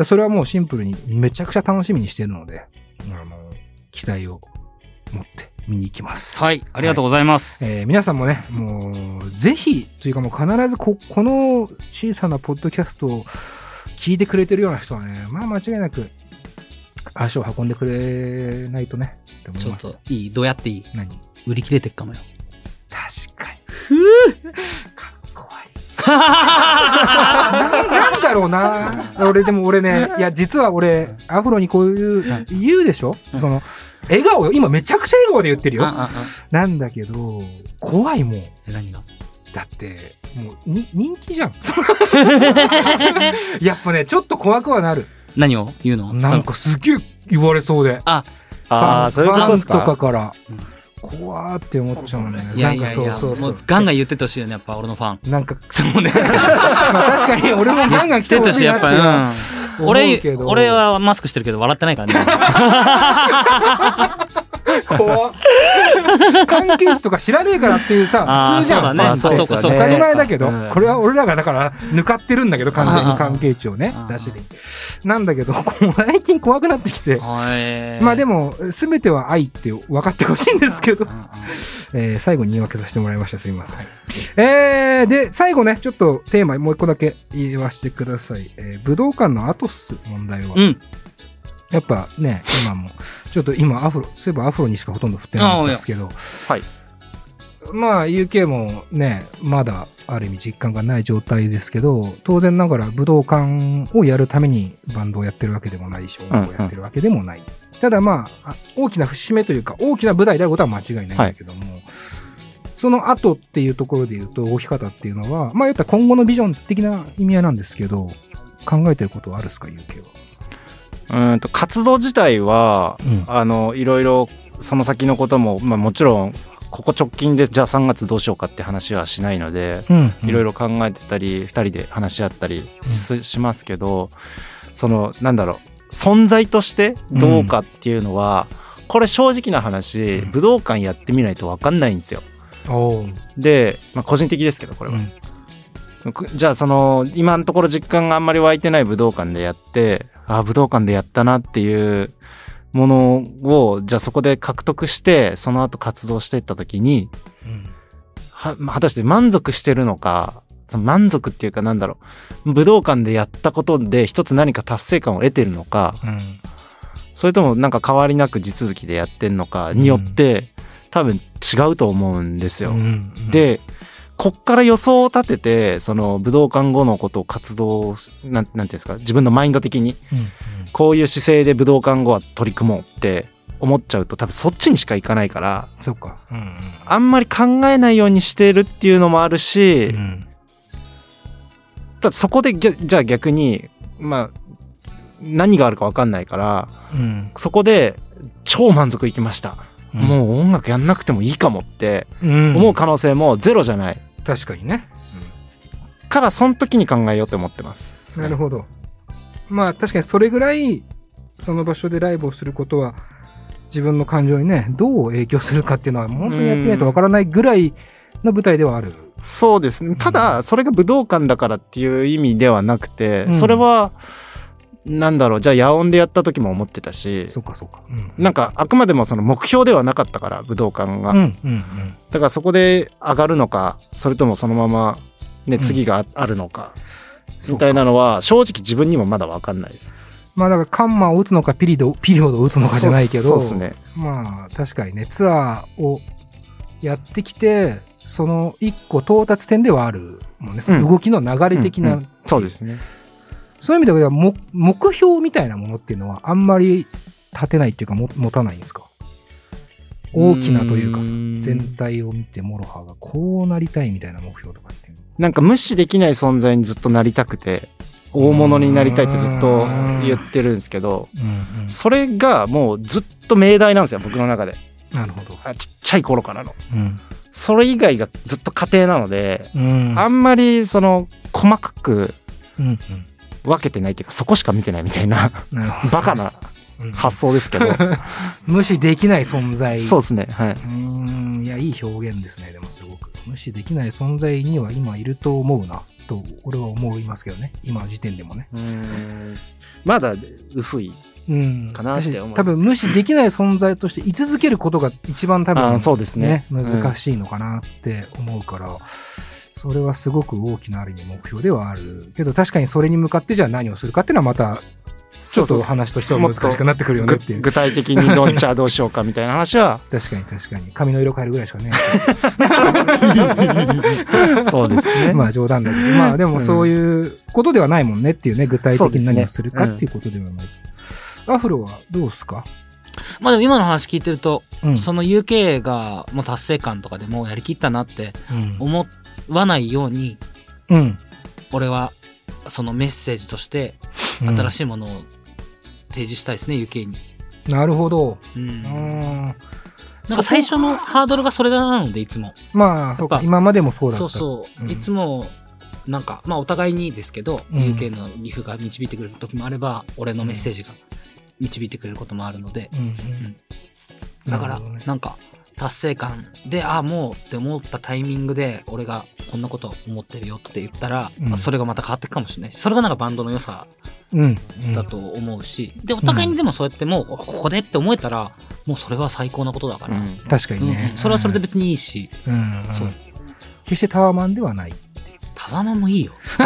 それはもうシンプルにめちゃくちゃ楽しみにしているので、期待を持って見に行きます。 はい、ありがとうございます。 皆さんもね、もうぜひというかもう必ずこの小さなポッドキャストを聞いてくれてるような人はね、まあ間違いなく足を運んでくれないとね。 ちょっといい？どうやっていい？ 何？ 売り切れてっかもよ。 確かに。かっこ悪い。なんだろうな。俺ね、いや実は俺アフロにこういう言うでしょ？その笑顔よ。今めちゃくちゃ笑顔で言ってるよ。なんだけど怖いもん。 何が？ だってもう人気じゃん。やっぱねちょっと怖くはなる。 何を言うの？ なんかすげえ言われそうで。 そういうことですか？ ファンとかから。怖ーって思っちゃうね。 いや、もうガンガン言っててほしいよね、やっぱ俺のファン。 なんか、そうね。まあ確かに俺もガンガン来てほしいなって。やっぱ、 俺はマスクしてるけど笑ってないからね。 怖っ。関係値とか知らねえからっていうさ、普通じゃん。 そうか。 当たり前だけど、これは俺らがだから抜かってるんだけど、完全に関係値をね、出しで。なんだけど、最近怖くなってきて。まあでも、すべては愛って分かってほしいんですけど、最後に言い訳させてもらいました。すみません。で、最後ね、ちょっとテーマもう一個だけ言わせてください。武道館の後っす、問題は。やっぱね、今も、ちょっと今そういえばアフロにしかほとんど振ってなかったですけど、 はい。 まあ UK もね、まだある意味実感がない状態ですけど、当然ながら武道館をやるためにバンドをやってるわけでもないし、音楽をやってるわけでもない。ただまあ、大きな節目というか、大きな舞台であることは間違いないんだけども、その後っていうところで言うと、動き方っていうのは、まあ言ったら今後のビジョン的な意味合いなんですけど、考えてることはあるですか、UK は。 活動自体は、いろいろその先のことも、まあもちろん、ここ直近でじゃあ3月どうしようかって話はしないので、いろいろ考えてたり、2人で話し合ったりしますけど、なんだろう、存在としてどうかっていうのは、これ正直な話、武道館やってみないと分かんないんですよ。で、まあ個人的ですけど、これは。じゃあ今のところ実感があんまり湧いてない武道館でやって、武道館でやったなっていうものを、じゃあそこで獲得して、その後活動していったときに、果たして満足してるのか、満足っていうかなんだろう、武道館でやったことで一つ何か達成感を得てるのか、それともなんか変わりなく地続きでやってんのかによって、多分違うと思うんですよ。で、こっから予想を立てて、武道館後のことを活動、なんていうんですか、自分のマインド的に、こういう姿勢で武道館後は取り組もうって思っちゃうと、多分そっちにしか行かないから、 そうか。 あんまり考えないようにしてるっていうのもあるし、ただそこでじゃあ逆に、まあ、何があるか分かんないから、そこで超満足いきました。もう音楽やんなくてもいいかもって思う可能性もゼロじゃない。 確かにね。 からその時に考えようって思ってます。 なるほど。まあ確かにそれぐらいその場所でライブをすることは自分の感情にねどう影響するかっていうのは本当にやってみないとわからないぐらいの舞台ではある。 そうですね。ただそれが武道館だからっていう意味ではなくて、それはなんだろう、じゃあ野音でやった時も思ってたし、 そうかそうか、 なんかあくまでもその目標ではなかったから武道館が、だからそこで上がるのかそれともそのままね次があるのか、みたいなのは正直自分にもまだ分かんないです。 まあだからカンマを打つのかピリオドを打つのかじゃないけど、 そうですね。 まあ確かにね、ツアーをやってきてその一個到達点ではあるもんね、その動きの流れ的な、 そうですね。 そういう意味では目標みたいなものっていうのはあんまり立てないっていうか持たないんですか？大きなというかさ、全体を見てモロハがこうなりたいみたいな目標とかっていうの。 なんか無視できない存在にずっとなりたくて、大物になりたいってずっと言ってるんですけど、それがもうずっと命題なんですよ、僕の中で。 なるほど。 ちっちゃい頃からの。それ以外がずっと家庭なので、あんまりその細かく分けてないっていうか、そこしか見てないみたいなバカな発想ですけど、 無視できない存在。 そうですね。はい。 いや、いい表現ですね。でもすごく無視できない存在には今いると思うなと俺は思いますけどね、今の時点でもね。 まだ薄いかなって思う。 多分無視できない存在として居続けることが一番多分、 そうですね、 難しいのかなって思うから、それはすごく大きなある意味目標ではあるけど、確かにそれに向かってじゃあ何をするかっていうのはまたちょっと話としては難しくなってくるよねっていう。 具体的にどうしようかみたいな話は確かに髪の色変えるぐらいしかねそうですね。 まあ冗談だけど、まあでもそういうことではないもんねっていうね、具体的に何をするかっていうことではない。アフロはどうですか？ まあでも今の話聞いてると、その UK がもう達成感とかでもうやりきったなって思わないように、俺はそのメッセージとして新しいものを提示したいですね、UK に。 なるほど。 なんか最初のハードルがそれなので、いつも。 まあ、そうか、今までもそうだった。 そう。いつも、なんか、まあお互いにですけど、UK のリフが導いてくれる時もあれば、俺のメッセージが導いてくれることもあるので、だから、なんか、達成感で、もうって思ったタイミングで、俺がこんなこと思ってるよって言ったら、それがまた変わっていくかもしれないし、それがなんかバンドの良さだと思うし、で、お互いにでもそうやってもう、ここでって思えたら、もうそれは最高なことだから。 確かにね。 それはそれで別にいいし、 そう。決してタワマンではない。 タワマンもいいよ。タ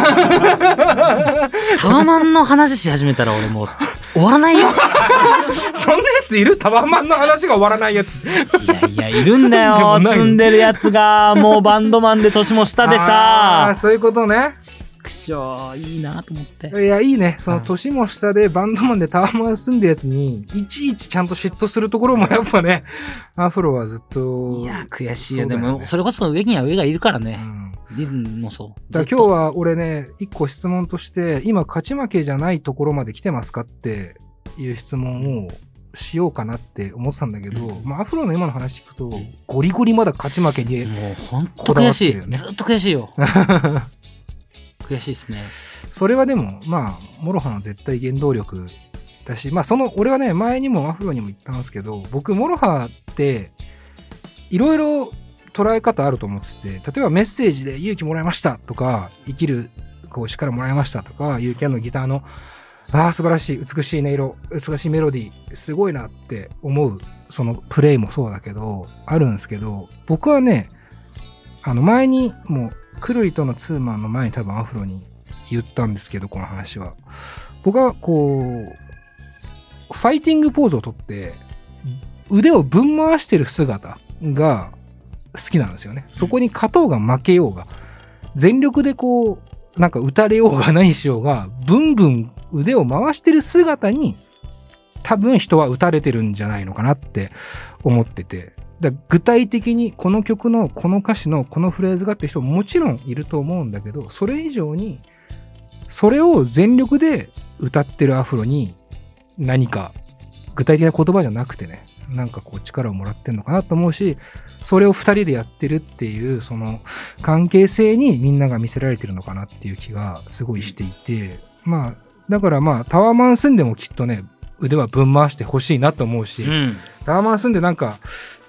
ワマンの話し始めたら俺もう終わらないよ。 そんなやついる？タワマンの話が終わらないやつ。 いや、いるんだよ。積んでるやつが、もうバンドマンで年も下でさ。 そういうことね。 いいなと思って。 いや、いいね。その年も下でバンドマンでタワマン住んでるやつに、いちいちちゃんと嫉妬するところもやっぱね、アフロはずっと。 いや、悔しいよ。でも、それこそ上には上がいるからね。リズムもそう。 だから今日は俺ね、一個質問として、今勝ち負けじゃないところまで来てますかっていう質問をしようかなって思ってたんだけど、まあアフロの今の話聞くと、ゴリゴリまだ勝ち負けに、 もう本当悔しい。ずっと悔しいよ。悔しいですね。 それはでも、まあ、モロハの絶対原動力だし、まあ俺はね、前にもアフロにも言ったんですけど、僕、モロハって、いろいろ捉え方あると思ってて、例えばメッセージで勇気もらいましたとか、生きる力もらいましたとか、ユーキャンのギターの、素晴らしい、美しい音色、美しいメロディー、すごいなって思う、そのプレイもそうだけど、あるんですけど、僕はね、前にもう、クルリとのツーマンの前に多分アフロに言ったんですけど、この話は。僕はこう、ファイティングポーズをとって、腕をぶん回してる姿が好きなんですよね。そこに勝とうが負けようが、全力でこう、なんか打たれようが何しようが、ブンブン腕を回してる姿に、多分人は打たれてるんじゃないのかなって思ってて。具体的にこの曲のこの歌詞のこのフレーズがって人ももちろんいると思うんだけど、それ以上にそれを全力で歌ってるアフロに何か具体的な言葉じゃなくてね、なんかこう力をもらってんのかなと思うし、それを二人でやってるっていうその関係性にみんなが見せられてるのかなっていう気がすごいしていて、まあだからまあタワーマン住んでもきっとね腕はぶん回してほしいなと思うし、タワーマン住んでなんか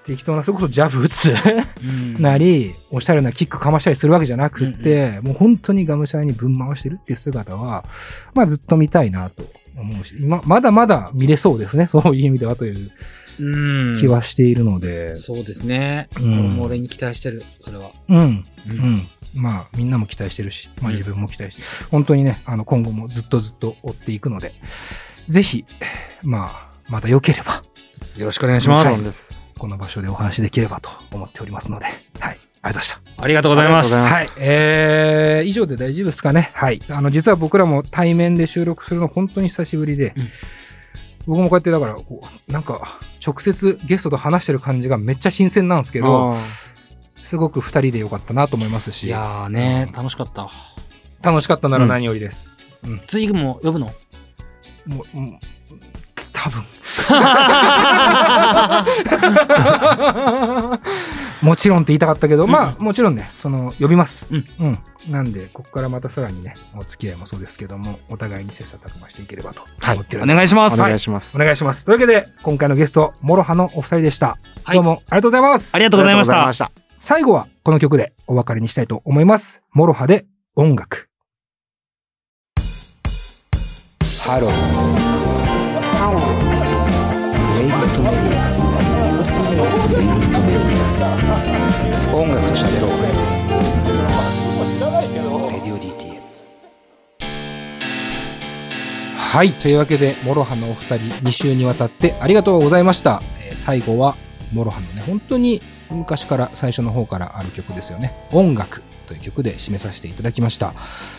適当なそれこそジャブ打つなり、おしゃれなキックかましたりするわけじゃなくって、もう本当にがむしゃらにぶん回してるっていう姿は、まあずっと見たいなと思うし、まだまだ見れそうですね、そういう意味ではという気はしているので。 そうですね。もう俺に期待してる、それは。 まあみんなも期待してるし、まあ自分も期待して、本当にね、今後もずっと追っていくので、ぜひ、また良ければ、よろしくお願いします。この場所でお話できればと思っておりますので、はい。ありがとうございました。 ありがとうございます。 はい。以上で大丈夫ですかね。はい。実は僕らも対面で収録するの本当に久しぶりで、僕もこうやってだから、なんか、直接ゲストと話してる感じがめっちゃ新鮮なんですけど、すごく二人でよかったなと思いますし。 いやーね、楽しかった。 楽しかったなら何よりです。 次も呼ぶの？ 多分。もちろんって言いたかったけど、まあもちろんね、呼びます。なんで、ここからまたさらにね、お付き合いもそうですけども、お互いに切磋琢磨していければと思ってる。 お願いします。 お願いします。お願いします。というわけで、今回のゲスト、モロハのお二人でした。どうもありがとうございます。 ありがとうございました。 最後は、この曲でお別れにしたいと思います。モロハで音楽。 ハロー。プレイリストメディア。プレイリストメディア。音楽と喋ろう。レディオ DTM。 はい。というわけで、モロハのお二人、2週にわたってありがとうございました。最後は、モロハのね、本当に昔から最初の方からある曲ですよね。音楽という曲で締めさせていただきました。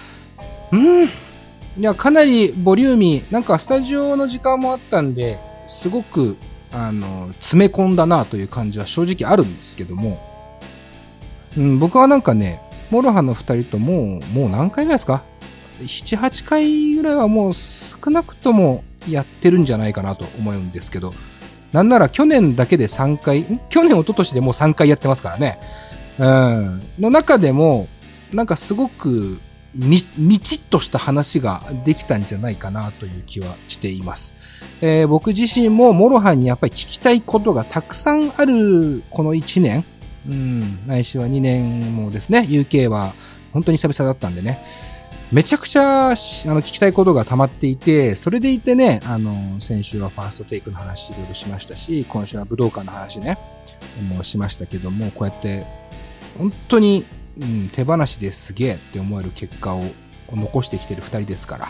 いや、かなりボリューミー、なんかスタジオの時間もあったんで、すごく、詰め込んだなという感じは正直あるんですけども、僕はなんかね、モロハの二人ともう何回ぐらいですか ?7、8回ぐらいはもう少なくともやってるんじゃないかなと思うんですけど、なんなら去年だけで3回、去年一昨年でもう3回やってますからね。の中でも、なんかすごくみちっとした話ができたんじゃないかなという気はしています。僕自身もモロハにやっぱり聞きたいことがたくさんあるこの1年、ないしは2年もですね、UK は本当に久々だったんでね、めちゃくちゃ聞きたいことが溜まっていて、それでいてね、先週はファーストテイクの話いろいろしましたし、今週は武道館の話ね、もうしましたけども、こうやって本当に、手放しですげえって思える結果を残してきてる2人ですから、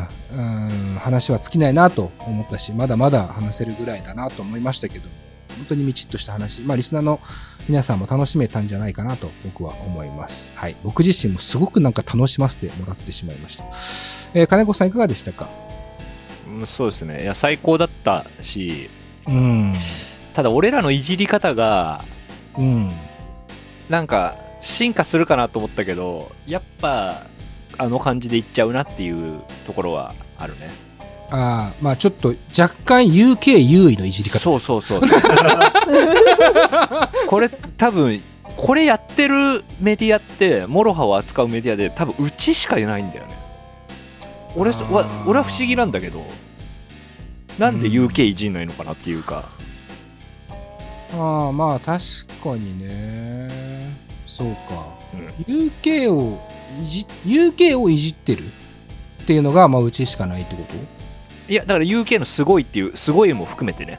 話は尽きないなと思ったし、まだまだ話せるぐらいだなと思いましたけども、本当にみちっとした話、リスナーの皆さんも楽しめたんじゃないかなと僕は思います。はい。僕自身もすごくなんか楽しませてもらってしまいました。金子さんいかがでしたか？ そうですね。いや、最高だったし、ただ俺らのいじり方が、なんか進化するかなと思ったけど、やっぱあの感じでいっちゃうなっていうところはあるね。 ちょっと若干 UK 優位のいじり方。 そうこれ多分これやってるメディアってモロハを扱うメディアで多分うちしかいないんだよね。俺は不思議なんだけど、なんで UK いじんないのかなっていうか。 確かにね。そうか。UK をいじってるっていうのがうちしかないってこと？ いや、だから UK のすごいっていうすごいも含めてね。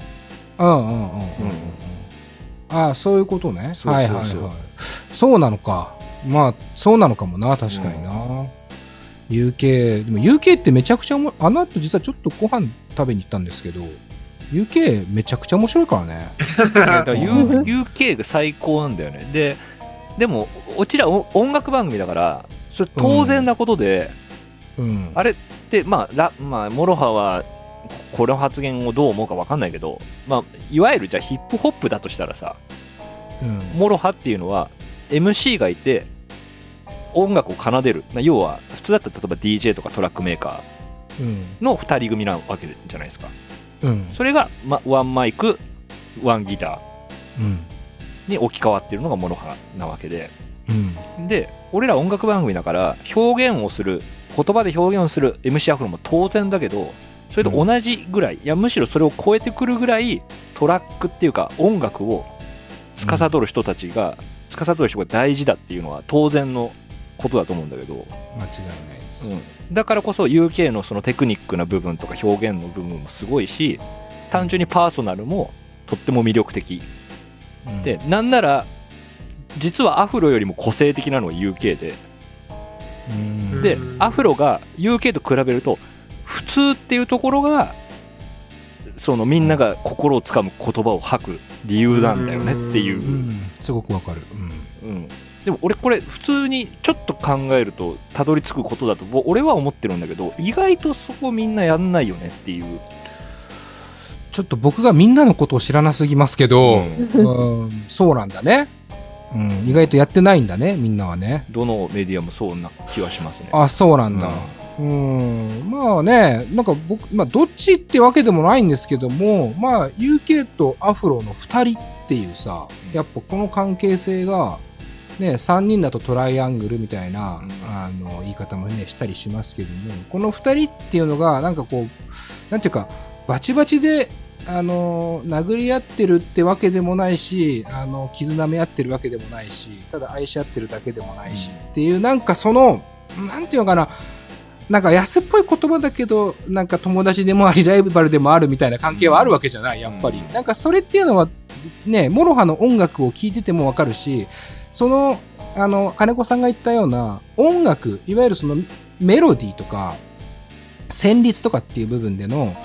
そういうことね。はい。そうなのか。そうなのかもな、確かにな。UK、でも UK ってめちゃくちゃあの後実はちょっとご飯食べに行ったんですけど、UK めちゃくちゃ面白いからね。 UK が最高なんだよね。でもうちら音楽番組だからそれ当然なことで、あれってモロハはこの発言をどう思うか分かんないけど、いわゆるじゃあヒップホップだとしたらさ、モロハっていうのは MC がいて音楽を奏でる、要は普通だったら例えば DJ とかトラックメーカーの2人組なわけじゃないですか。それが、ワンマイクワンギターに置き換わってるのがモロハなわけで、で俺ら音楽番組だから表現をする、言葉で表現をする MC アフロも当然だけど、 それと同じぐらい、いやむしろそれを超えてくるぐらいトラックっていうか音楽を司る人たちが、司る人が大事だっていうのは当然のことだと思うんだけど、 間違いないです、 だからこそ UK のそのテクニックな部分とか表現の部分もすごいし、単純にパーソナルもとっても魅力的、でなんなら実はアフロよりも個性的なのは UK で、アフロが UK と比べると普通っていうところがそのみんなが心をつかむ言葉を吐く理由なんだよねっていう、 すごくわかる、 でも俺これ普通にちょっと考えるとたどり着くことだと俺は思ってるんだけど、意外とそこみんなやんないよねっていう。 ちょっと僕がみんなのことを知らなすぎますけど、そうなんだね、意外とやってないんだねみんなはね。 どのメディアもそうな気はしますね。 あ、そうなんだ、まあね、なんか僕、どっちってわけでもないんですけども、UK とアフロの2人っていうさ、やっぱこの関係性がね、3人だとトライアングルみたいな、言い方もねしたりしますけども、この2人っていうのがなんかこう、なんていうかバチバチで殴り合ってるってわけでもないし、絆め合ってるわけでもないし、ただ愛し合ってるだけでもないし、っていう、なんかそのなんていうのかな、なんか安っぽい言葉だけど、なんか友達でもありライバルでもあるみたいな関係はあるわけじゃない、やっぱり。なんかそれっていうのはね、モロハの音楽を聴いててもわかるし、その金子さんが言ったような音楽、いわゆるそのメロディーとか旋律とかっていう部分での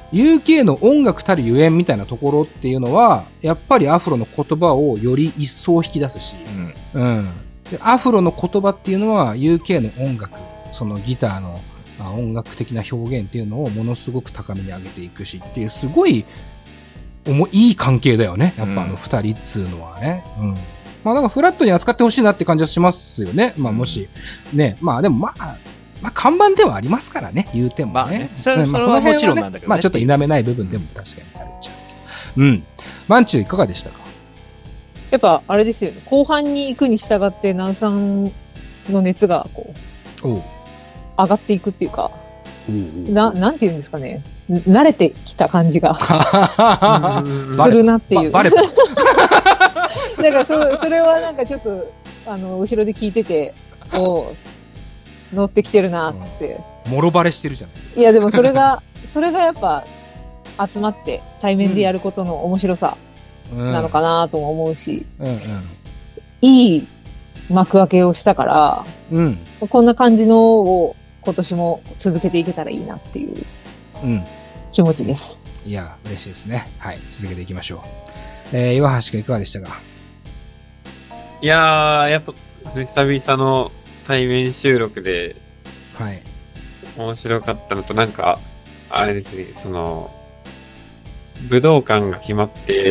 UK の音楽たるゆえんみたいなところっていうのは、やっぱりアフロの言葉をより一層引き出すし、でアフロの言葉っていうのは UK の音楽、そのギターの音楽的な表現っていうのをものすごく高めに上げていくしっていう、すごいいい関係だよね、やっぱ二人っつうのはね。なんかフラットに扱ってほしいなって感じはしますよね。もしね、でも看板ではありますからね、言うてもね。 その辺もちろんなんだけどね。 ちょっと否めない部分でも確かにあるっちゃうけど。マンチュいかがでしたか？ やっぱあれですよね。後半に行くに従って南さんの熱がこう上がっていくっていうか、なんていうんですかね。慣れてきた感じがするなっていう。バレた。なんかそれはなんかちょっと後ろで聞いてて、乗ってきてるなって。 もろバレしてるじゃん。 いやでもそれがやっぱ集まって対面でやることの面白さなのかなとも思うし、いい幕開けをしたから、こんな感じのを今年も続けていけたらいいなっていう気持ちです。 いや嬉しいですね。はい、続けていきましょう。岩橋くんいかがでしたか？ いやー、やっぱ久々の対面収録で、面白かったのと、なんかあれですね、その武道館が決まって、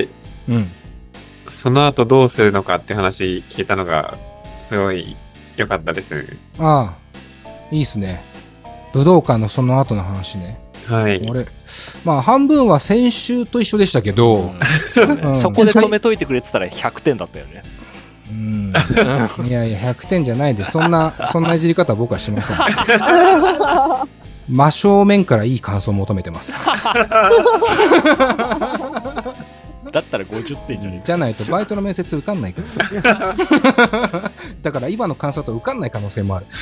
その後どうするのかって話聞けたのがすごい良かったですね。 ああ、いいっすね。武道館のその後の話ね。 はい。 俺、半分は先週と一緒でしたけど、 そこで止めといてくれてたら100点だったよね。 いやいや、100点じゃないです。そんないじり方は僕はしません。真正面からいい感想を求めてます。 だったら50点じゃねえか。 じゃないとバイトの面接受かんないから。だから今の感想と受かんない可能性もある。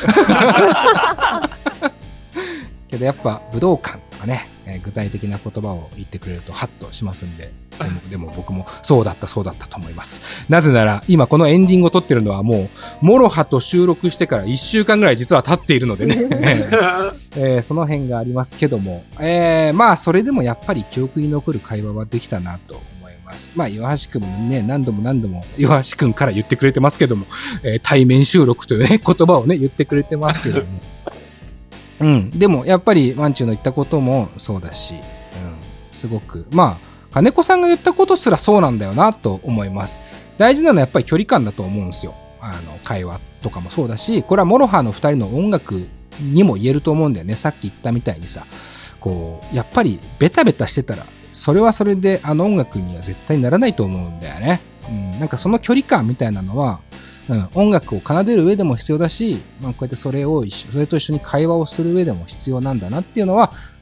けどやっぱ武道館とかね、具体的な言葉を言ってくれるとハッとしますんで、でも僕もそうだったと思います。なぜなら今このエンディングを撮ってるのはもうモロハと収録してから1週間ぐらい実は経っているのでね、その辺がありますけども、それでもやっぱり記憶に残る会話はできたなと思います。岩橋くんもね、何度も岩橋くんから言ってくれてますけども、対面収録というね言葉をね言ってくれてますけども。でもやっぱりワンチューの言ったこともそうだし、すごく金子さんが言ったことすらそうなんだよなと思います。大事なのはやっぱり距離感だと思うんですよ。会話とかもそうだし、これはモロハの二人の音楽にも言えると思うんだよね。さっき言ったみたいにさ、やっぱりベタベタしてたらそれはそれで音楽には絶対ならないと思うんだよね。なんかその距離感みたいなのは音楽を奏でる上でも必要だし、こうやってそれと一緒に会話をする上でも必要なんだなっていうのは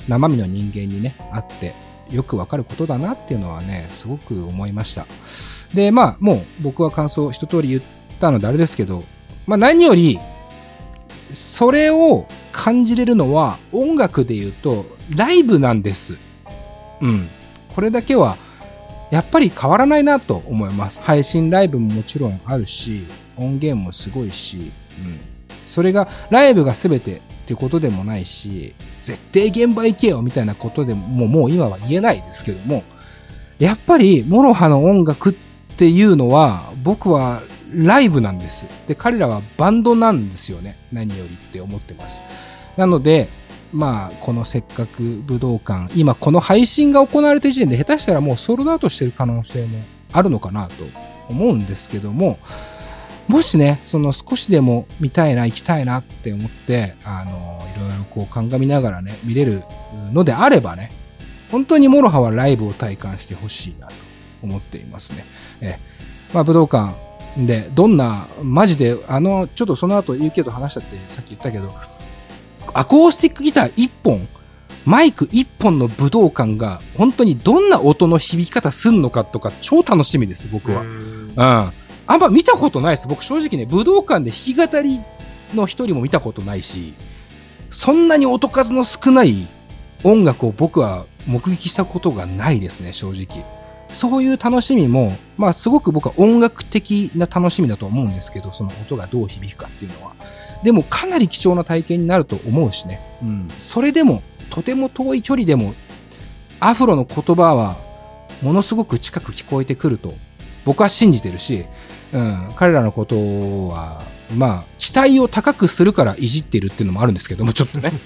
生身の人間にね、会ってよくわかることだなっていうのはね、すごく思いました。で、まあ、もう僕は感想一通り言ったのであれですけど、まあ何より、それを感じれるのは音楽で言うとライブなんです。うん。これだけはやっぱり変わらないなと思います。配信ライブももちろんあるし、音源もすごいし、それがライブが全てっていうことでもないし、絶対現場行けよみたいなことでももう今は言えないですけども、やっぱりモロハの音楽っていうのは僕はライブなんです。で、彼らはバンドなんですよね。何よりって思ってます。なので、まあ、このせっかく武道館、今この配信が行われている時点で下手したらもうソールドアウトしてる可能性もあるのかなと思うんですけども、もしね、その少しでも見たいな、行きたいなって思って、いろいろこう鑑みながらね、見れるのであればね、本当にモロハはライブを体感してほしいなと思っていますね。まあ、武道館で、どんな、マジで、ちょっとその後 UK と話したってさっき言ったけど、アコースティックギター1本、マイク1本の武道館が本当にどんな音の響き方すんのかとか超楽しみです、僕は。あんま見たことないです。僕正直ね、武道館で弾き語りの一人も見たことないし、そんなに音数の少ない音楽を僕は目撃したことがないですね、正直。そういう楽しみも、まあすごく僕は音楽的な楽しみだと思うんですけど、その音がどう響くかっていうのは。でもかなり貴重な体験になると思うしね。それでも、とても遠い距離でも、アフロの言葉はものすごく近く聞こえてくると僕は信じてるし、彼らのことは、まあ、期待を高くするからいじってるっていうのもあるんですけども、ちょっとね。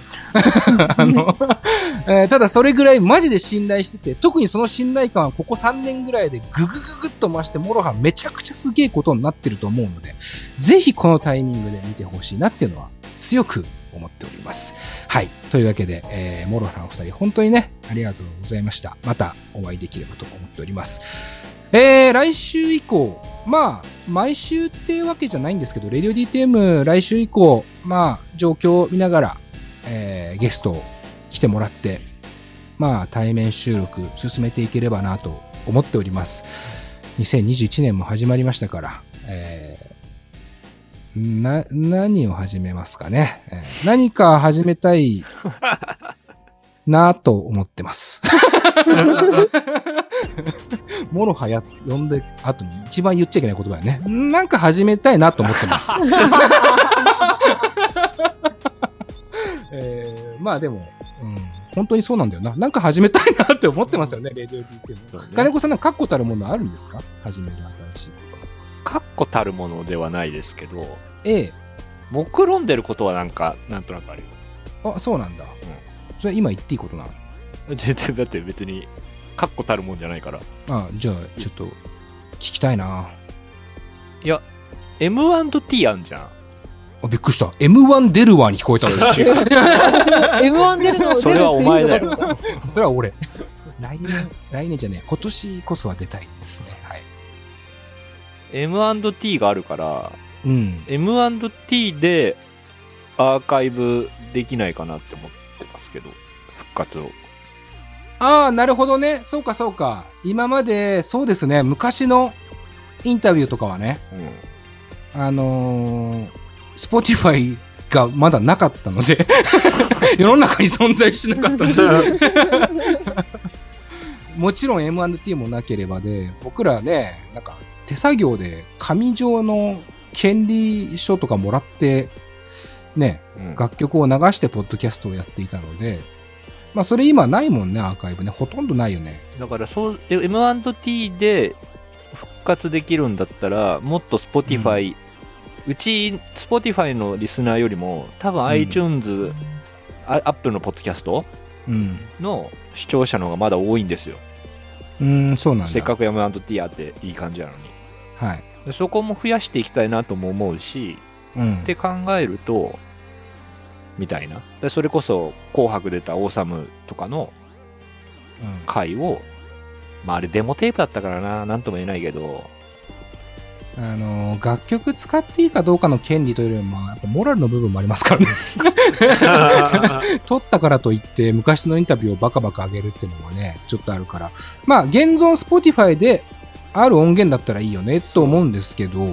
ただそれぐらいマジで信頼してて、特にその信頼感はここ3年ぐらいでググググっと増して、モロハめちゃくちゃすげえことになってると思うので、ぜひこのタイミングで見てほしいなっていうのは強く思っております。はい。というわけで、モロハのお二人、本当にね、ありがとうございました。またお会いできればと思っております。来週以降、まあ、毎週っていうわけじゃないんですけど、レディオ DTM 来週以降、まあ、状況を見ながら、ゲストを来てもらって、まあ、対面収録進めていければなと思っております。2021年も始まりましたから、何を始めますかね。何か始めたいなと思ってます。モロハ呼んで後に一番言っちゃいけない言葉だね。なんか始めたいなと思ってます。まあでも、本当にそうなんだよな。なんか始めたいなって思ってますよね、レディオ DTM。金子さんなんか確固たるものあるんですか？始める新しいこと。 確固たるものではないですけど、 目論んでることはなんとなくあるよ。 あ、そうなんだ。それ今言っていいことなの？ だって別に確固たるもんじゃないから。 あ、じゃあちょっと聞きたいな。 いや M&T あんじゃん。 あ、びっくりした。M1 出るわに聞こえたんですよ。 M1 出るのそれはお前だよ。 それは俺。来年じゃねえ、今年こそは出たいですね。はい。 M&T があるから、M&T でアーカイブできないかなって思ってますけど、復活を。 ああ、なるほどね。そうかそうか。今まで、そうですね、昔のインタビューとかはね、Spotify がまだなかったので、世の中に存在しなかったので、もちろん M&T もなければで、僕らね、なんか手作業で紙状の権利書とかもらって、ね、楽曲を流してポッドキャストをやっていたので、まあそれ今ないもんね、アーカイブね。ほとんどないよね。 だからM&T で復活できるんだったら、もっと Spotify、うち Spotify のリスナーよりも多分 iTunes、Apple のポッドキャストの視聴者の方がまだ多いんですよ。 そうなんだ。 せっかく M&T やっていい感じなのに。 はい。 そこも増やしていきたいなとも思うし、って考えると、みたいな。でそれこそ紅白出たオーサムとかの回を、まああれデモテープだったからな、なんとも言えないけど、 楽曲使っていいかどうかの権利というよりも、やっぱモラルの部分もありますからね。撮ったからといって、昔のインタビューをバカバカ上げるっていうのはね、ちょっとあるから。まあ、現存 Spotify である音源だったらいいよね、と思うんですけど、うん。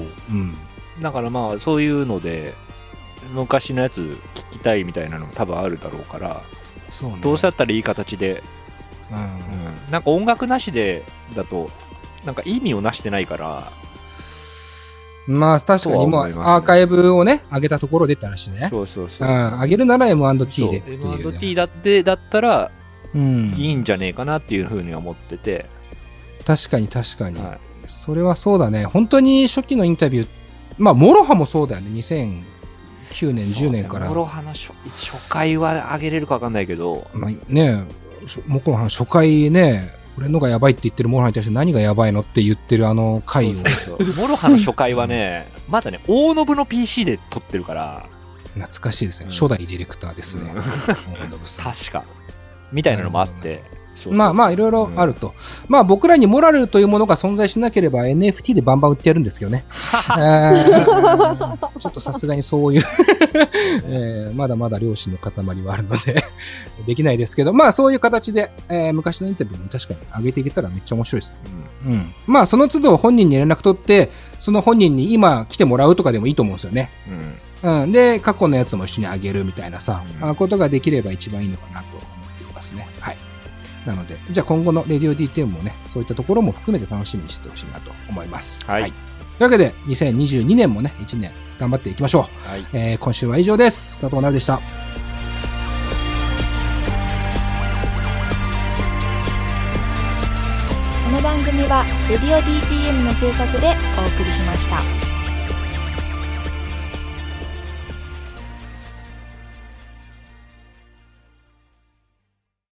だからまあ、そういうので、昔のやつ聞きたいみたいなのも多分あるだろうから、そうね、どうせだったらいい形で、なんか音楽なしでだと、なんか意味をなしてないから、 まあ確かにもうアーカイブをね、上げたところでって話ね。 そうそうそう。 上げるなら M&T でっていう、ね。 M&T だったら、いいんじゃねえかなっていうふうに思ってて。 確かに確かに、はい。それはそうだね。本当に初期のインタビュー、まあ、モロハもそうだよね。2009年、10年から。 モロハの初回は上げれるか分かんないけど。 まあね、モロハの初回ね、俺のがやばいって言ってるモロハに対して何がやばいのって言ってる回を。 モロハの初回はね、まだね、大信の PC で撮ってるから。 懐かしいですね。初代ディレクターですね。 確か。みたいなのもあって。 まあまあいろいろあると、まあ僕らにモラルというものが存在しなければ NFT でバンバン売ってやるんですけどね。ちょっとさすがにそういうまだまだ良心の塊はあるのでできないですけど、まあそういう形で、昔のインタビューも確かに上げていけたらめっちゃ面白いです、まあその都度本人に連絡取ってその本人に今来てもらうとかでもいいと思うんですよね。で過去のやつも一緒に上げるみたいなさ、ことができれば一番いいのかなと思っていますね。はい。なので、じゃあ今後のレディオ DTM もね、そういったところも含めて楽しみにしてほしいなと思います。はい。というわけで、2022年もね、1年頑張っていきましょう。はい。今週は以上です。佐藤直でした。この番組はレディオ DTM の制作でお送りしました。